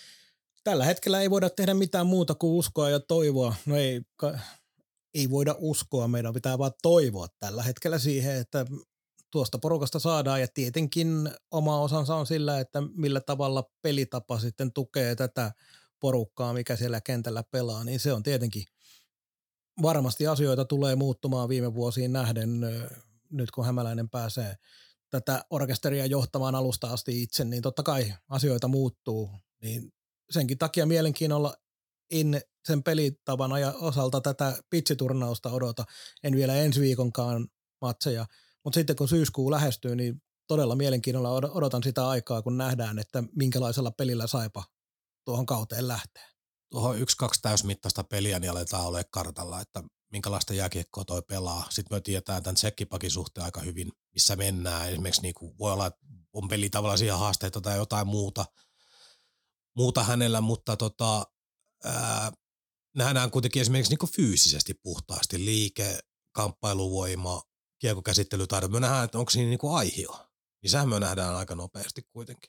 tällä hetkellä ei voida tehdä mitään muuta kuin uskoa ja toivoa. No ei, ka, ei voida uskoa, meidän pitää vaan toivoa tällä hetkellä siihen, että tuosta porukasta saadaan ja tietenkin oma osansa on sillä, että millä tavalla pelitapa sitten tukee tätä porukkaa, mikä siellä kentällä pelaa, niin se on tietenkin varmasti asioita tulee muuttumaan viime vuosiin nähden, nyt kun Hämäläinen pääsee tätä orkesteria johtamaan alusta asti itse, niin totta kai asioita muuttuu, niin senkin takia mielenkiinnolla en sen pelitavan osalta tätä pitsiturnausta odota, en vielä ensi viikonkaan matseja, mutta sitten kun syyskuu lähestyy, niin todella mielenkiinnolla odotan sitä aikaa, kun nähdään, että minkälaisella pelillä Saipa tuohon kauteen lähtee. Tuohon yksi, kaksi täysmittaista peliä, niin aletaan olemaan kartalla, että minkälaista jääkiekkoa toi pelaa. Sitten me tiedetään tämän tsekkipakin suhteen aika hyvin, missä mennään. Esimerkiksi niin kuin voi olla, että on peli tavallaan haasteita tai jotain muuta, muuta hänellä, mutta tota, ää, nähdään kuitenkin esimerkiksi niin kuin fyysisesti puhtaasti liike, kamppailuvoima, kiekokäsittelytaidot. Me nähdään, että onko siinä niin kuin aihio. Niin sehän me nähdään aika nopeasti kuitenkin.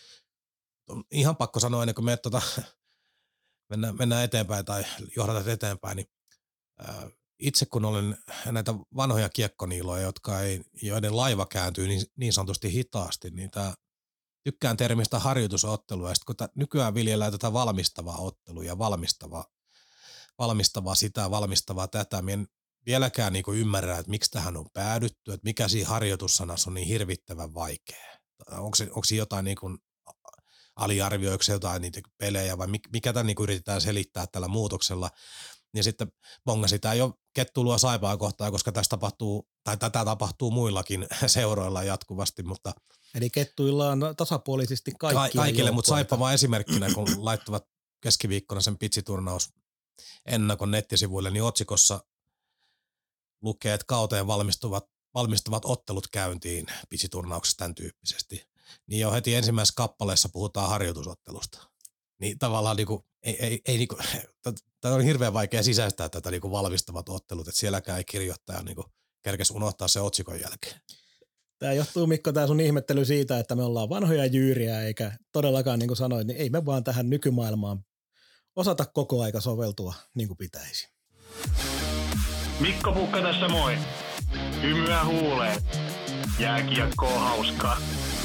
On ihan pakko sanoa ennen kuin me tota, mennään, mennään eteenpäin tai johdatat eteenpäin, niin ää, itse kun olen näitä vanhoja kiekkoniiloja, jotka ei, joiden laiva kääntyy niin, niin sanotusti hitaasti, niin tää, tykkään termistä harjoitusottelua, ja sitten kun nykyään viljellään tätä valmistavaa ottelua ja valmistavaa, valmistavaa sitä, valmistavaa tätä, minä vieläkään niin kuin ymmärrä, että miksi tähän on päädytty, että mikä siinä harjoitussanassa on niin hirvittävän vaikea. Onko, se, onko siinä jotain niin kuin aliarvioiko jotain niitä pelejä vai mikä tämän niin kuin yritetään selittää tällä muutoksella. Ja sitten bongasi tämä jo Kettulua Saipaa kohtaan, koska tässä tapahtuu, tai tätä tapahtuu muillakin seuroilla jatkuvasti, mutta eli Kettuilla on tasapuolisesti kaikkia ka- kaikille, mutta joukkoita. Saipa vaan esimerkkinä, kun laittavat keskiviikkona sen pitsiturnaus ennakon nettisivuille, niin otsikossa lukee, että kauteen valmistuvat, valmistuvat ottelut käyntiin pitsiturnauksessa tämän tyyppisesti. Niin jo heti ensimmäisessä kappaleessa puhutaan harjoitusottelusta. Niin tavallaan niinku, ei, ei, ei niinku, tämä on hirveän vaikea sisäistää tätä niinku valmistavat ottelut, että sielläkään ei kirjoittaja niinku kerkesi unohtaa se otsikon jälkeen. Tämä johtuu, Mikko, tämä sun ihmettely siitä, että me ollaan vanhoja jyyriä, eikä todellakaan, niin kuin sanoit, niin ei me vaan tähän nykymaailmaan osata koko aika soveltua niin kuin pitäisi. Mikko Pukka tässä moi. Hymyä huuleen. Jääkiekkoa hauskaa.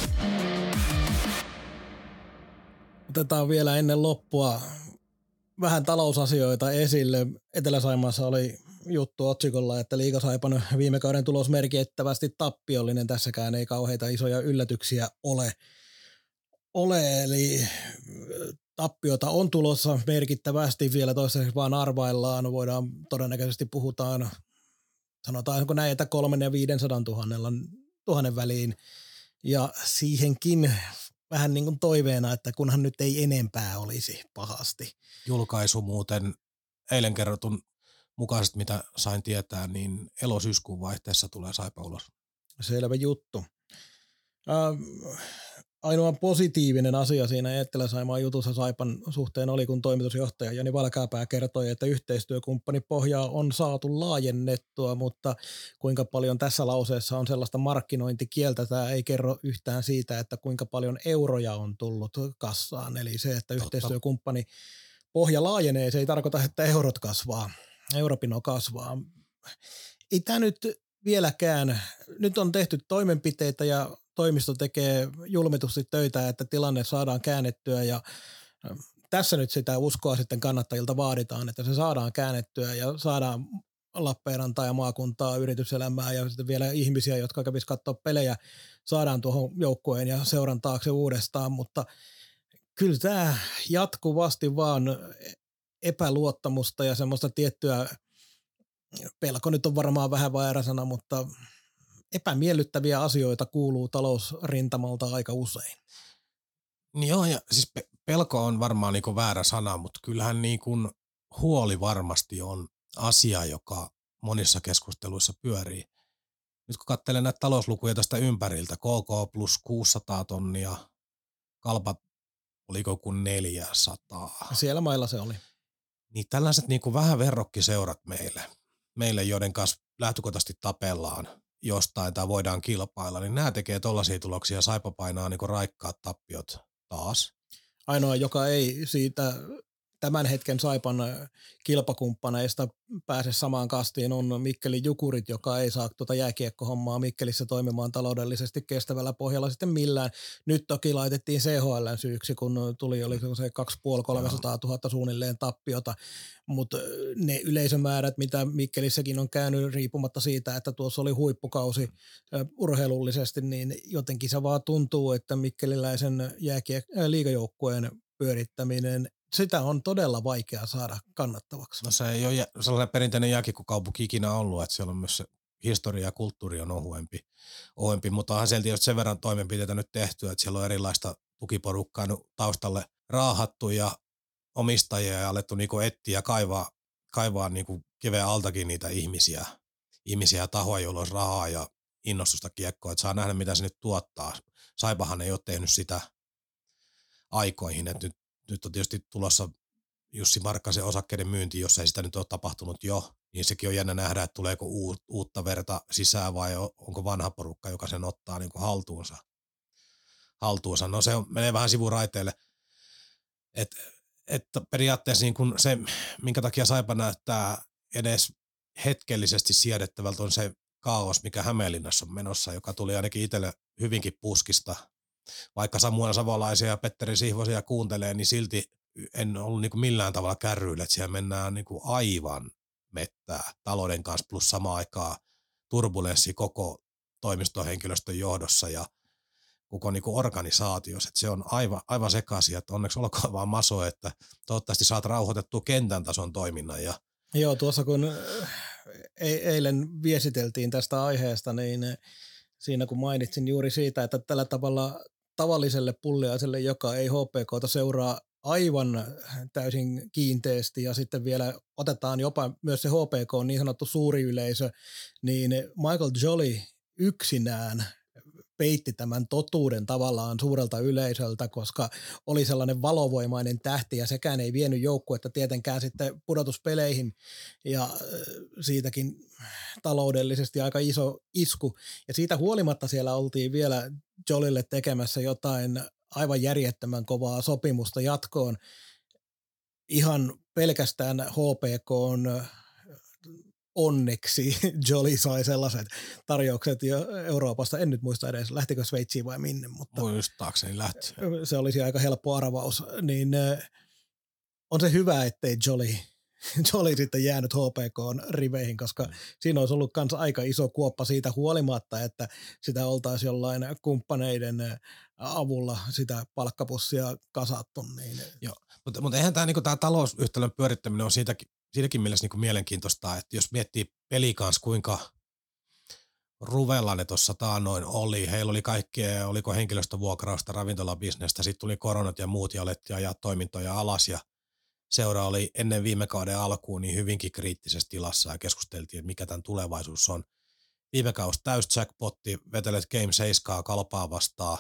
Otetaan vielä ennen loppua vähän talousasioita esille. Etelä-Saimaassa oli juttu otsikolla, että Liiga-Saipan viime kauden tulos merkittävästi tappiollinen. Tässäkään ei kauheita isoja yllätyksiä ole. ole eli tappiota on tulossa merkittävästi, vielä toistaiseksi vaan arvaillaan. Voidaan todennäköisesti puhutaan, sanotaanko näin, että kolmen ja viidensadan tuhannella, tuhannen väliin. Ja siihenkin vähän niin kuin toiveena, että kunhan nyt ei enempää olisi pahasti. Julkaisu muuten eilen kerrotun mukaisesti, mitä sain tietää, niin elo-syyskuun vaihteessa tulee Saipa ulos. Selvä juttu. Äh, ainoa positiivinen asia siinä Etelä-Saimaan jutussa Saipan suhteen oli, kun toimitusjohtaja Jani Valkeapää kertoi, että yhteistyökumppani pohjaa on saatu laajennettua, mutta kuinka paljon tässä lauseessa on sellaista markkinointikieltä, tämä ei kerro yhtään siitä, että kuinka paljon euroja on tullut kassaan. Eli se, että Totta. Yhteistyökumppani pohja laajenee, se ei tarkoita, että eurot kasvaa, europino kasvaa. Ei tämä nyt vieläkään, nyt on tehty toimenpiteitä ja toimisto tekee julmitusti töitä, että tilanne saadaan käännettyä ja tässä nyt sitä uskoa sitten kannattajilta vaaditaan, että se saadaan käännettyä ja saadaan Lappeenrantaa ja maakuntaa, yrityselämää ja sitten vielä ihmisiä, jotka kävisivät katsoa pelejä, saadaan tuohon joukkueen ja seuran taakse uudestaan, mutta kyllä tämä jatkuvasti vaan epäluottamusta ja semmoista tiettyä, pelko nyt on varmaan vähän väärä sana, mutta epämiellyttäviä asioita kuuluu talousrintamalta aika usein. Niin joo, ja siis pe- pelko on varmaan niinku väärä sana, mutta kyllähän niinku huoli varmasti on asia, joka monissa keskusteluissa pyörii. Nyt kun katselen näitä talouslukuja tästä ympäriltä, K K plus kuusisataa tonnia, Kalpa oliko kuin neljäsataa. Siellä mailla se oli. Niin tällaiset niinku vähän verrokkiseurat meille, meille joiden kanssa lähtökohtaisesti tapellaan jostain tai voidaan kilpailla, niin nämä tekee tollaisia tuloksia, Saipa painaa niinku raikkaat tappiot taas. Ainoa, joka ei siitä tämän hetken Saipan kilpakumppaneista pääse samaan kastiin, on Mikkelin Jukurit, joka ei saa tuota jääkiekkohommaa Mikkelissä toimimaan taloudellisesti kestävällä pohjalla sitten millään. Nyt toki laitettiin C H L:n syyksi, kun tuli oli se kaksisataaviisikymmentä kolmesataatuhatta suunnilleen tappiota, mutta ne yleisömäärät, mitä Mikkelissäkin on käynyt riippumatta siitä, että tuossa oli huippukausi urheilullisesti, niin jotenkin se vaan tuntuu, että mikkeliläisen jääkiek- liigajoukkueen pyörittäminen, sitä on todella vaikea saada kannattavaksi. No se ei ole sellainen perinteinen jääkiekkokaupunki ikinä ollut, että siellä on myös se historia ja kulttuuri on ohuempi, ohuempi mutta onhan siellä tietysti sen verran toimenpiteitä nyt tehty, että siellä on erilaista tukiporukkaa taustalle raahattu ja omistajia ja alettu niinku etsiä ja kaivaa, kaivaa niinku kiveä altakin niitä ihmisiä, ihmisiä ja tahoja, joilla olisi rahaa ja innostusta kiekkoa, että saa nähdä mitä se nyt tuottaa. Saipahan ei ole tehnyt sitä aikoihin, että nyt Nyt on tietysti tulossa Jussi Markkasen osakkeiden myynti, jos ei sitä nyt ole tapahtunut jo, niin sekin on jännä nähdä, että tuleeko uutta verta sisään vai onko vanha porukka, joka sen ottaa niin kuin haltuunsa. haltuunsa. No se on, menee vähän sivuraiteille. Että et periaatteessa niin kuin se, minkä takia Saipa näyttää edes hetkellisesti siedettävältä on se kaos, mikä Hämeenlinnassa on menossa, joka tuli ainakin itselle hyvinkin puskista. Vaikka Samuel Savolaisia ja Petteri Sihvosia kuuntelee, niin silti en ollut niin kuin millään tavalla kärryillä, että siellä mennään niin kuin aivan mettää talouden kanssa plus samaan aikaan turbulenssi koko toimistohenkilöstön johdossa ja koko niinku organisaatiossa, että se on aivan, aivan sekaisin, että onneksi olkoon vaan Maso, että toivottavasti saat rauhoitettua kentän tason toiminnan. Ja Joo, tuossa kun eilen viesiteltiin tästä aiheesta, niin siinä kun mainitsin juuri siitä, että tällä tavalla tavalliselle pulliaiselle, joka ei H P K:ta seuraa aivan täysin kiinteästi ja sitten vielä otetaan jopa myös se H P K niin sanottu suuri yleisö, niin Michael Jolly yksinään peitti tämän totuuden tavallaan suurelta yleisöltä, koska oli sellainen valovoimainen tähti ja sekään ei vienyt joukkuetta tietenkään sitten pudotuspeleihin ja siitäkin taloudellisesti aika iso isku. Ja siitä huolimatta siellä oltiin vielä Jollylle tekemässä jotain aivan järjettömän kovaa sopimusta jatkoon. Ihan pelkästään H P K:n onneksi Jolly sai sellaiset tarjoukset jo Euroopasta, en nyt muista edes, lähtikö Sveitsiin vai minne, mutta muistaakseni lähti. Se olisi aika helppo arvaus, niin on se hyvä, ettei Jolly, Jolly sitten jäänyt H P K:n riveihin, koska mm. siinä olisi ollut myös aika iso kuoppa siitä huolimatta, että sitä oltaisiin jollain kumppaneiden avulla sitä palkkapussia kasattu. Niin. Joo, mutta, mutta eihän tämä, niin tämä talousyhtälön pyörittäminen on siitäkin, siitäkin mielessä niin mielenkiintoista, että jos miettii peli kanssa, kuinka ruvella ne tuossa taannoin oli, heillä oli kaikkea, oliko henkilöstövuokrausta, ravintolabisnestä, sitten tuli koronat ja muut ja alettiin ajaa toimintoja alas ja seura oli ennen viime kauden alkuun niin hyvinkin kriittisessä tilassa ja keskusteltiin, että mikä tämän tulevaisuus on. Viime kausi täys jackpotti, vetelet Game seitsemän Kalpaa vastaan,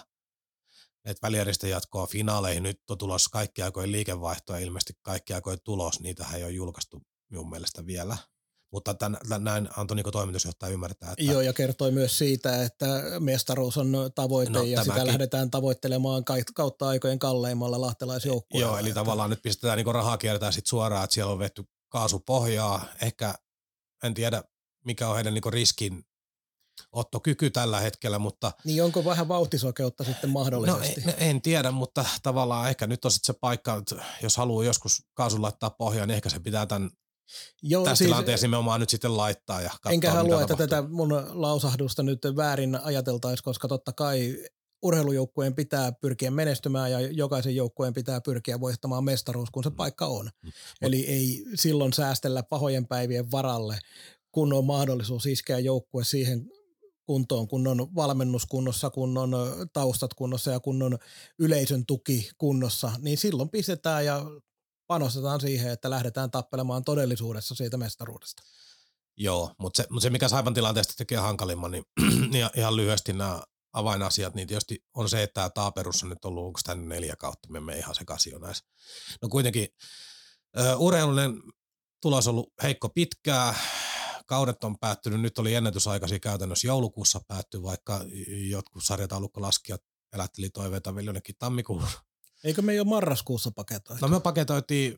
että välieristä jatkoa finaaleihin, nyt on tulossa kaikki aikojen liikevaihtoa, ilmeisesti kaikki aikojen tulos, niitähän ei ole julkaistu minun mielestä vielä. Mutta tämän, tämän, näin antoi niin toimitusjohtaja ymmärtää. Että joo, ja kertoi myös siitä, että mestaruus on tavoite no, ja tämäkin sitä lähdetään tavoittelemaan kautta aikojen kalleimmalla lahtelaisjoukkueella. Joo, eli että tavallaan nyt pistetään niin rahaa kiertää sit suoraan, että siellä on vetty kaasupohjaa. Ehkä en tiedä, mikä on heidän niin riskin ottokyky tällä hetkellä, mutta niin onko vähän vauhtisokeutta sitten mahdollisesti? No en, en tiedä, mutta tavallaan ehkä nyt on sitten se paikka, että jos haluaa joskus kaasun laittaa pohjaan, niin ehkä se pitää tämän Joo, tässä siis, tilanteessa nimenomaan nyt sitten laittaa ja katsoa, enkä halua, että tapahtuu. tätä mun lausahdusta nyt väärin ajateltaisiin, koska totta kai urheilujoukkueen pitää pyrkiä menestymään ja jokaisen joukkueen pitää pyrkiä voittamaan mestaruus, kun se paikka on. Mm. Eli ei silloin säästellä pahojen päivien varalle, kun on mahdollisuus iskeä joukkue siihen kuntoon, kun on valmennus kunnossa, kun on taustat kunnossa ja kun on yleisön tuki kunnossa, niin silloin pistetään ja panostetaan siihen, että lähdetään tappelemaan todellisuudessa siitä mestaruudesta. Joo, mutta se, mutta se mikä Saipan tilanteesta tekee hankalimman, niin ihan lyhyesti nämä avainasiat, niin tietysti on se, että tämä Taaperus on nyt ollut, onko tämä neljä kautta, me emme ihan sekaisin jo näissä. No kuitenkin uh, urheilullinen tulos on ollut heikko pitkää, kaudet on päättynyt, nyt oli ennätysaikaisia käytännössä joulukuussa päätty, vaikka jotkut sarjataulukkolaskijat elätteli toiveita vielä jonnekin tammikuun. Eikö me jo marraskuussa paketoitu? No me paketoitiin,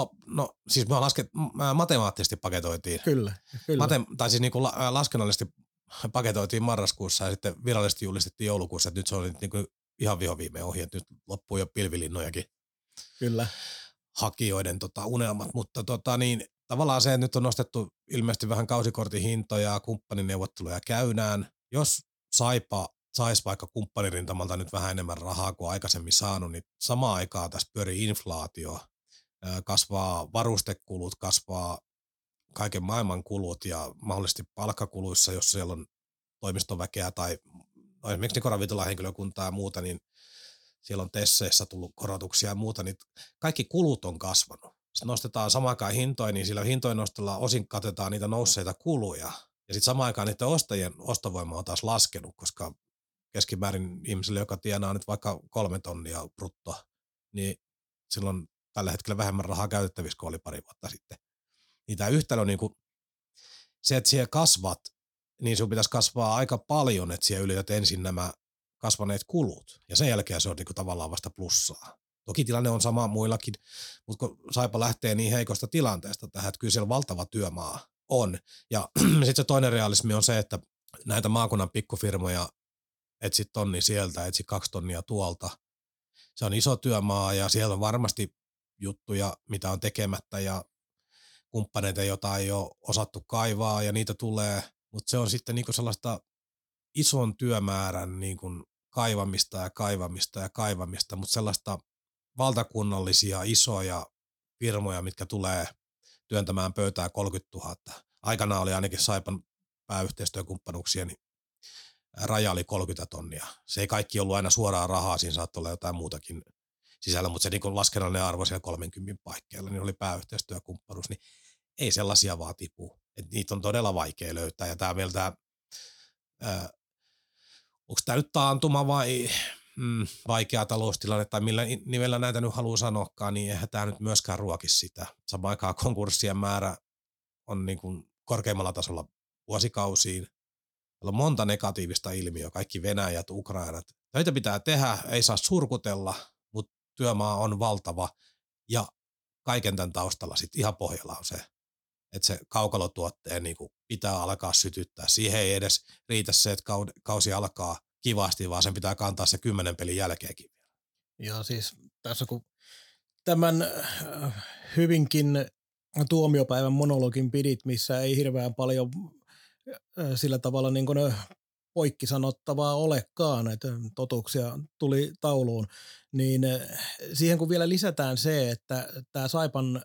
no siis me lasket, matemaattisesti paketoitiin. Kyllä, kyllä. Mate, tai siis niin kuin laskennallisesti paketoitiin marraskuussa ja sitten virallisesti julistettiin joulukuussa, että nyt se oli niin kuin ihan vihoviimeen ohi, että nyt loppuu jo pilvilinnojakin. Kyllä. Hakijoiden tota, unelmat, mutta tota, niin, tavallaan se, että nyt on nostettu ilmeisesti vähän kausikortin hintoja ja kumppanineuvotteluja käydään. Jos Saipa saisi vaikka kumppanirintamalta nyt vähän enemmän rahaa kuin aikaisemmin saanut, niin samaan aikaan tässä pyörii inflaatio, kasvaa varustekulut, kasvaa kaiken maailman kulut ja mahdollisesti palkkakuluissa, jos siellä on toimistoväkeä tai esimerkiksi niin ravintolahenkilökuntaa ja muuta, niin siellä on tesseissä tullut korotuksia ja muuta, niin kaikki kulut on kasvanut. Sitten nostetaan samaan aikaan hintoja, niin sillä hintojen nostolla osin katetaan niitä nousseita kuluja. Ja sitten samaan aikaan niiden ostajien ostovoima on taas laskenut, koska keskimäärin ihmiselle, joka tienaa nyt vaikka kolme tonnia bruttoa, niin silloin tällä hetkellä vähemmän rahaa käytettävissä kuin oli pari vuotta sitten. Niin tämä yhtälö on niin kuin se, että siellä kasvat, niin sun pitäisi kasvaa aika paljon, että siellä ylität ensin nämä kasvaneet kulut. Ja sen jälkeen se on niin kuin tavallaan vasta plussaa. Toki tilanne on sama muillakin, mutta kun Saipa lähtee niin heikosta tilanteesta tähän, että kyllä siellä valtava työmaa on. Ja sitten se toinen realismi on se, että näitä maakunnan pikkufirmoja etsit tonni sieltä, etsit kaksi tonnia tuolta. Se on iso työmaa ja siellä on varmasti juttuja, mitä on tekemättä ja kumppaneita, joita ei ole osattu kaivaa ja niitä tulee, mutta se on sitten niinku sellaista ison työmäärän niinku kaivamista ja kaivamista ja kaivamista, mutta sellaista valtakunnallisia isoja firmoja, mitkä tulee työntämään pöytää kolmekymmentätuhatta. Aikanaan oli ainakin Saipan pääyhteistyökumppanuuksia, niin raja oli kolmekymmentä tonnia. Se ei kaikki ollut aina suoraa rahaa, siinä saattoi olla jotain muutakin sisällä, mutta se niin laskennallinen arvo siellä kolmenkymmenen paikkeilla, niin oli pääyhteistyökumppanuus, niin ei sellaisia vaan tipu. Et niitä on todella vaikea löytää, ja tämä meillä tämä, onko tämä nyt taantuma vai mm, vaikea taloustilanne, tai millä nimellä näitä nyt haluaa sanoakaan, niin eihän tämä nyt myöskään ruokisi sitä. Samaan aikaan konkurssien määrä on niin kuin korkeimmalla tasolla vuosikausiin. Meillä on monta negatiivista ilmiöä, kaikki Venäjät, Ukrainat. Töitä pitää tehdä, ei saa surkutella, mutta työmaa on valtava. Ja kaiken tämän taustalla sitten ihan pohjalla on se, että se kaukalotuotteen niin kuin pitää alkaa sytyttää. Siihen ei edes riitä se, että kausi alkaa kivasti, vaan sen pitää kantaa se kymmenen pelin jälkeenkin. Ja siis tässä kun tämän hyvinkin tuomiopäivän monologin pidit, missä ei hirveän paljon sillä tavalla niin kuin poikkisanottavaa olekaan, että totuuksia tuli tauluun, niin siihen kun vielä lisätään se, että tämä Saipan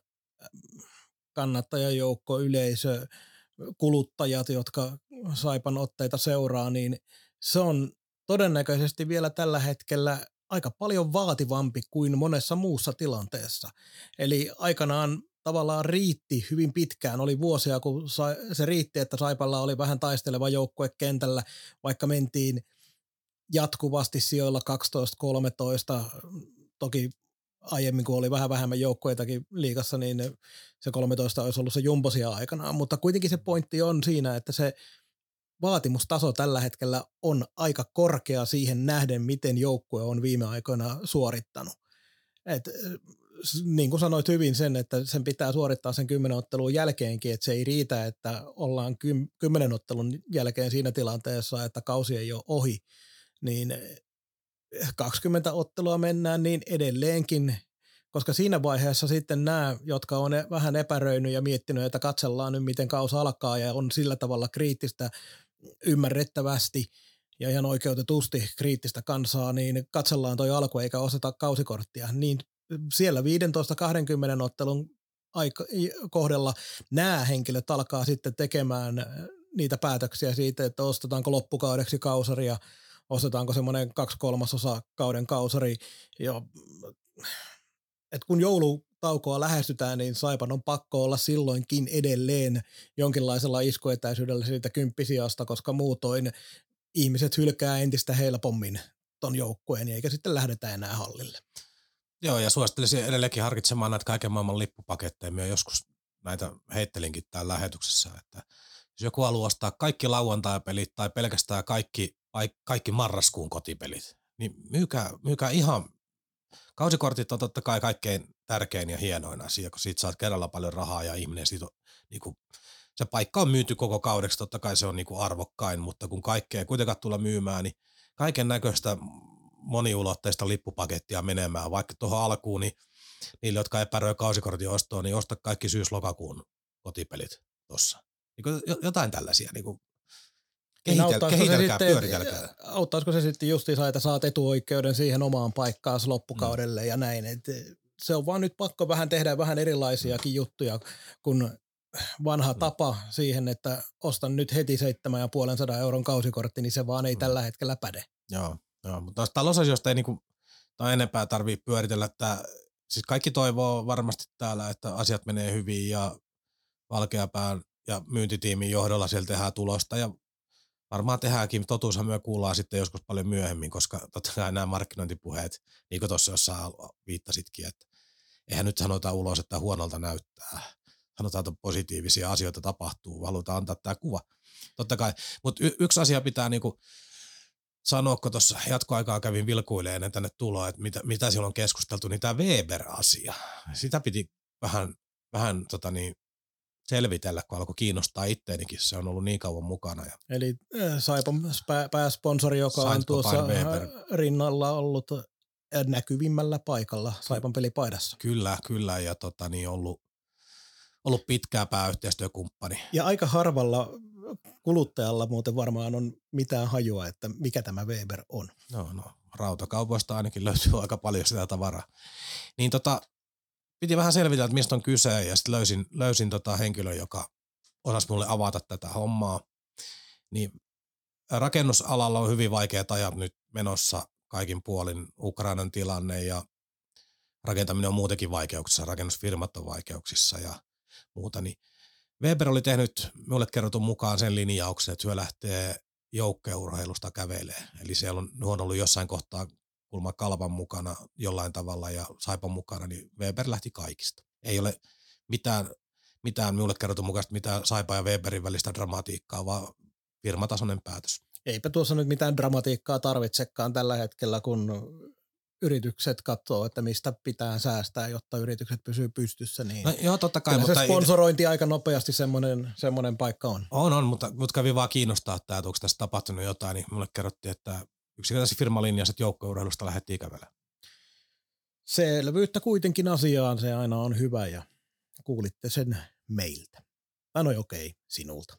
kannattajajoukko, yleisö, kuluttajat, jotka Saipan otteita seuraa, niin se on todennäköisesti vielä tällä hetkellä aika paljon vaativampi kuin monessa muussa tilanteessa. Eli aikanaan tavallaan riitti hyvin pitkään, oli vuosia, kun se riitti, että Saipalla oli vähän taisteleva joukkue kentällä, vaikka mentiin jatkuvasti sijoilla kaksitoista kolmetoista, toki aiemmin, kun oli vähän vähemmän joukkueitakin liigassa, niin se kolmetoista olisi ollut se jumbosia aikanaan, mutta kuitenkin se pointti on siinä, että se vaatimustaso tällä hetkellä on aika korkea siihen nähden, miten joukkue on viime aikoina suorittanut. Et, niin kuin sanoit hyvin sen, että sen pitää suorittaa sen kymmenen ottelun jälkeenkin, että se ei riitä, että ollaan kym, kymmenen ottelun jälkeen siinä tilanteessa, että kausi ei ole ohi, niin kaksikymmentä ottelua mennään niin edelleenkin, koska siinä vaiheessa sitten nämä, jotka on vähän epäröinyt ja miettinyt, että katsellaan nyt miten kausi alkaa ja on sillä tavalla kriittistä ymmärrettävästi ja ihan oikeutetusti kriittistä kansaa, niin katsellaan toi alku eikä osata kausikorttia, niin siellä viisitoista kaksikymmentä ottelun aika, kohdalla nämä henkilöt alkaa sitten tekemään niitä päätöksiä siitä, että ostetaanko loppukaudeksi kausaria, ostetaanko semmoinen kaksi kolmasosa kauden kausari. Ja, et kun joulutaukoa lähestytään, niin Saipan on pakko olla silloinkin edelleen jonkinlaisella iskuetäisyydellä siitä kymppisiasta, koska muutoin ihmiset hylkää entistä helpommin ton joukkueen, eikä sitten lähdetä enää hallille. Joo, ja suosittelisin edelleenkin harkitsemaan näitä kaiken maailman lippupaketteja. Minä joskus näitä heittelinkin täällä lähetyksessä, että jos joku haluaa ostaa kaikki lauantai-pelit tai pelkästään kaikki, kaikki marraskuun kotipelit, niin myykää, myykää ihan, kausikortit on totta kai kaikkein tärkein ja hienoin asia, kun siitä saat kerralla paljon rahaa ja ihminen siitä on, niin kuin, se paikka on myyty koko kaudeksi, totta kai se on niin kuin arvokkain, mutta kun kaikkea ei kuitenkaan tulla myymään, niin kaiken näköistä moniulotteista lippupakettia menemään, vaikka tuohon alkuun, niin niille, jotka epäröi kausikortin ostoon, niin osta kaikki syys-lokakuun kotipelit tuossa. Niin jotain tällaisia, niin kuin kehitel- kehitelkää, pyöritelkää. Auttaisiko se sitten justiinsa, että saat etuoikeuden siihen omaan paikkaan loppukaudelle mm. ja näin, että se on vaan nyt pakko vähän tehdä vähän erilaisiakin mm. juttuja, kun vanha mm. tapa siihen, että ostan nyt heti seitsemän ja puolen sadan euron kausikortti, niin se vaan ei mm. tällä hetkellä päde. Joo. Joo, mutta talousasioista ei niinku, tai enempää tarvitse pyöritellä, että siis kaikki toivoo varmasti täällä, että asiat menee hyvin ja Valkeapään ja myyntitiimin johdolla siellä tehdään tulosta ja varmaan tehdäänkin, totuushan me kuullaan sitten joskus paljon myöhemmin, koska totta kai nämä markkinointipuheet, niin kuin tuossa jossain viittasitkin, että eihän nyt sanota ulos, että huonolta näyttää, sanotaan, että positiivisia asioita tapahtuu, halutaan antaa tämä kuva, totta kai, mutta y- yksi asia pitää niinku sanoa, kun tuossa jatkoaikaa kävin vilkuilemaan ennen tänne tuloa, että mitä, mitä siellä on keskusteltu, niin tämä Weber-asia, sitä piti vähän, vähän tota niin, selvitellä, kun alkoi kiinnostaa itteenikin, se on ollut niin kauan mukana. Ja eli Saipan pääsponsori, joka Sainz on tuossa Weber rinnalla ollut näkyvimmällä paikalla Saipan pelipaidassa. Kyllä, kyllä, ja tota niin ollut, ollut pitkää pääyhteistyökumppani. Ja aika harvalla kuluttajalla muuten varmaan on mitään hajua, että mikä tämä Weber on. No, no, rautakaupoista ainakin löytyy aika paljon sitä tavaraa. Niin tota, piti vähän selvitellä, että mistä on kyse, ja sitten löysin, löysin tota henkilön, joka osasi mulle avata tätä hommaa. Niin rakennusalalla on hyvin vaikeat ajat nyt menossa kaikin puolin, Ukrainan tilanne ja rakentaminen on muutenkin vaikeuksissa, rakennusfirmat on vaikeuksissa ja muuta. Niin Weber oli tehnyt minulle kerrotun mukaan sen linjauksen, että hyö lähtee joukkueurheilusta kävelee. Eli siellä on, on ollut jossain kohtaa kulma Kalpan mukana jollain tavalla ja Saipan mukana, niin Weber lähti kaikista. Ei ole mitään, mitään minulle kerrotun mukaista mitään Saipan ja Weberin välistä dramatiikkaa, vaan firmatasoinen päätös. Eipä tuossa nyt mitään dramatiikkaa tarvitsekaan tällä hetkellä, kun yritykset katsoo, että mistä pitää säästää, jotta yritykset pysyy pystyssä. Niin no, joo, totta kai. Kyllä mutta se sponsorointi ei aika nopeasti semmoinen, semmoinen paikka on. On, on, mutta mut kävi vaan kiinnostaa, että onko tässä tapahtunut jotain, niin mulle kerrottiin, että yksinkertaisesti firmalinjassa, että joukkueurheilusta lähdettiin kävelemään. Selvyyttä kuitenkin asiaan, se aina on hyvä ja kuulitte sen meiltä. Tai no okei, okay, sinulta.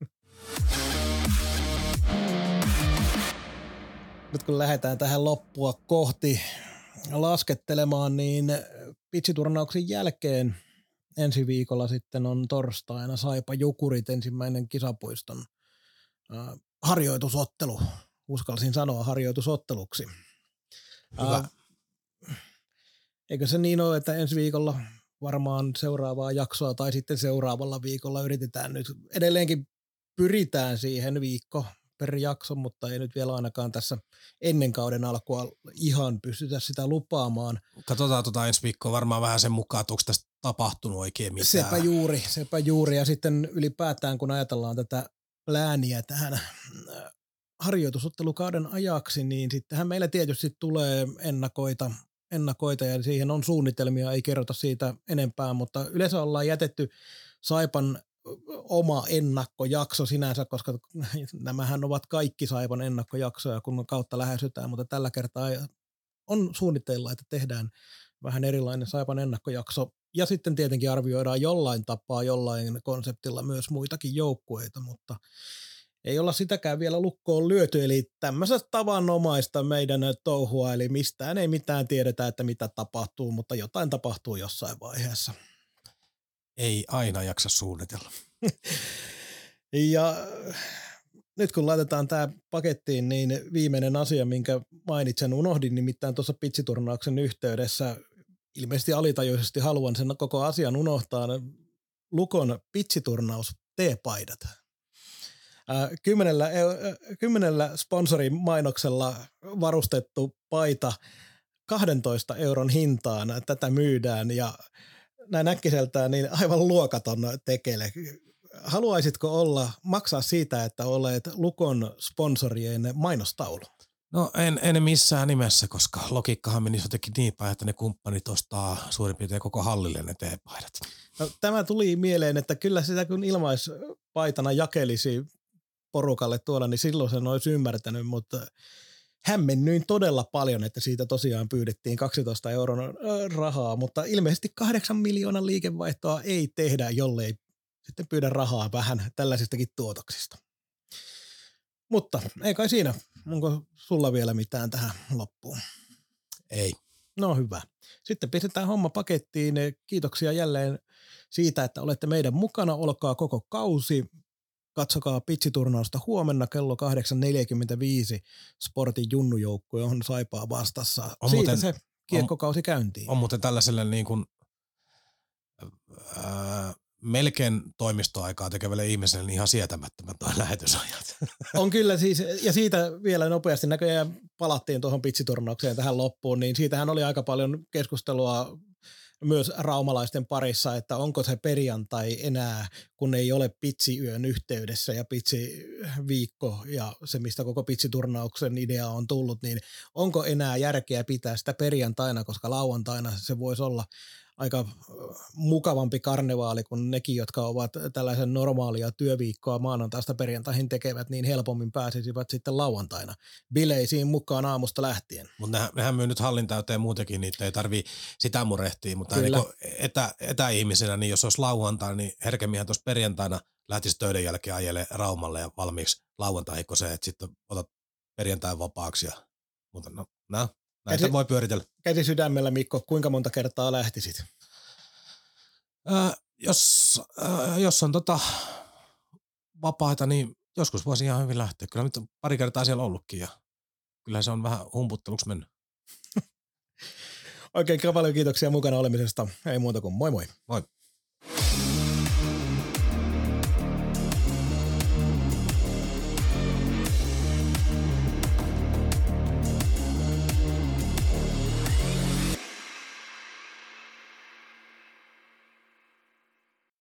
Nyt kun lähdetään tähän loppua kohti laskettelemaan, niin pitsiturnauksen jälkeen ensi viikolla sitten on torstaina Saipa Jukurit ensimmäinen kisapuiston äh, harjoitusottelu. Uskalsin sanoa harjoitusotteluksi. Hyvä. Äh, eikö se niin ole, että ensi viikolla varmaan seuraavaa jaksoa tai sitten seuraavalla viikolla yritetään nyt edelleenkin pyritään siihen viikko per jakso, mutta ei nyt vielä ainakaan tässä ennen kauden alkua ihan pystytä sitä lupaamaan. Katsotaan tota ensi viikkoa varmaan vähän sen mukaan, että onko tästä tapahtunut oikein mitään. Sepä juuri, sepä juuri. Ja sitten ylipäätään, kun ajatellaan tätä lääniä tähän harjoitusottelukauden ajaksi, niin sittenhän meillä tietysti tulee ennakoita, ennakoita ja siihen on suunnitelmia, ei kerrota siitä enempää, mutta yleensä ollaan jätetty Saipan oma ennakkojakso sinänsä, koska nämähän ovat kaikki Saipan ennakkojaksoja, kun kautta lähestytään, mutta tällä kertaa on suunnitteilla, että tehdään vähän erilainen Saipan ennakkojakso. Ja sitten tietenkin arvioidaan jollain tapaa, jollain konseptilla myös muitakin joukkueita, mutta ei olla sitäkään vielä lukkoon lyöty, eli tämmöistä tavanomaista meidän touhua, eli mistään ei mitään tiedetä, että mitä tapahtuu, mutta jotain tapahtuu jossain vaiheessa. Ei aina jaksa suunnitella. Ja nyt kun laitetaan tämä pakettiin, niin viimeinen asia, minkä mainitsen, unohdin nimittäin tuossa pitsiturnauksen yhteydessä, ilmeisesti alitajuisesti haluan sen koko asian unohtaa, Lukon pitsiturnaus T-paidat. Kymmenellä, kymmenellä sponsorin mainoksella varustettu paita kahdentoista euron hintaan tätä myydään ja näin äkkiseltään niin aivan luokaton tekele. Haluaisitko olla, maksaa siitä, että olet Lukon sponsorien mainostaulu? No en, en missään nimessä, koska logiikkahan menisi jotenkin niin päin, että ne kumppanit ostaa suurin piirtein koko hallille ne T-paidat. No, tämä tuli mieleen, että kyllä sitä kun ilmaispaitana jakelisi porukalle tuolla, niin silloin sen olisi ymmärtänyt, mutta hämmennyin todella paljon, että siitä tosiaan pyydettiin kaksitoista euron rahaa, mutta ilmeisesti kahdeksan miljoonan liikevaihtoa ei tehdä, jollei sitten pyydä rahaa vähän tällaisistakin tuotoksista. Mutta ei kai siinä. Onko sulla vielä mitään tähän loppuun? Ei. No hyvä. Sitten pistetään homma pakettiin. Kiitoksia jälleen siitä, että olette meidän mukana. Olkaa koko kausi. Katsokaa pitsiturnausta huomenna kello kahdeksan neljäkymmentäviisi. Sportin junnujoukkue on Saipaa vastassa. On Siitä muuten, se kiekkokausi käyntiin. On muuten tällaiselle niin kuin, ää, melkein toimistoaikaa tekevälle ihmiselle niin ihan sietämättömät toi lähetysajat. On kyllä siis, ja siitä vielä nopeasti näköjään palattiin tuohon pitsiturnaukseen tähän loppuun, niin siitähän oli aika paljon keskustelua myös raumalaisten parissa, että onko se perjantai enää, kun ei ole pitsiyön yhteydessä ja pitsiviikko ja se, mistä koko pitsiturnauksen idea on tullut, niin onko enää järkeä pitää sitä perjantaina, koska lauantaina se voisi olla aika mukavampi karnevaali kuin nekin, jotka ovat tällaisen normaalia työviikkoa maanantaista perjantaihin tekevät, niin helpommin pääsisivät sitten lauantaina bileisiin mukaan aamusta lähtien. Mutta nehän, nehän myy nyt hallin täyteen muutenkin, niitä ei tarvii sitä murehtia, mutta niin etä, etäihmisenä, niin jos olisi lauantaina, niin herkemminhän tuossa perjantaina lähtisi töiden jälkeen ajele Raumalle ja valmiiksi lauantaihin, kun se, että sitten otat perjantain vapaaksi ja mutta no, no näitä käsi, voi pyöritellä. Käsi sydämellä, Mikko, kuinka monta kertaa lähtisit? Äh, jos, äh, jos on tota vapaita, niin joskus voisi ihan hyvin lähteä. Kyllä nyt on pari kertaa siellä ollutkin ja kyllä se on vähän humputteluksi mennyt. Oikein paljon kiitoksia mukana olemisesta. Ei muuta kuin moi moi. Moi.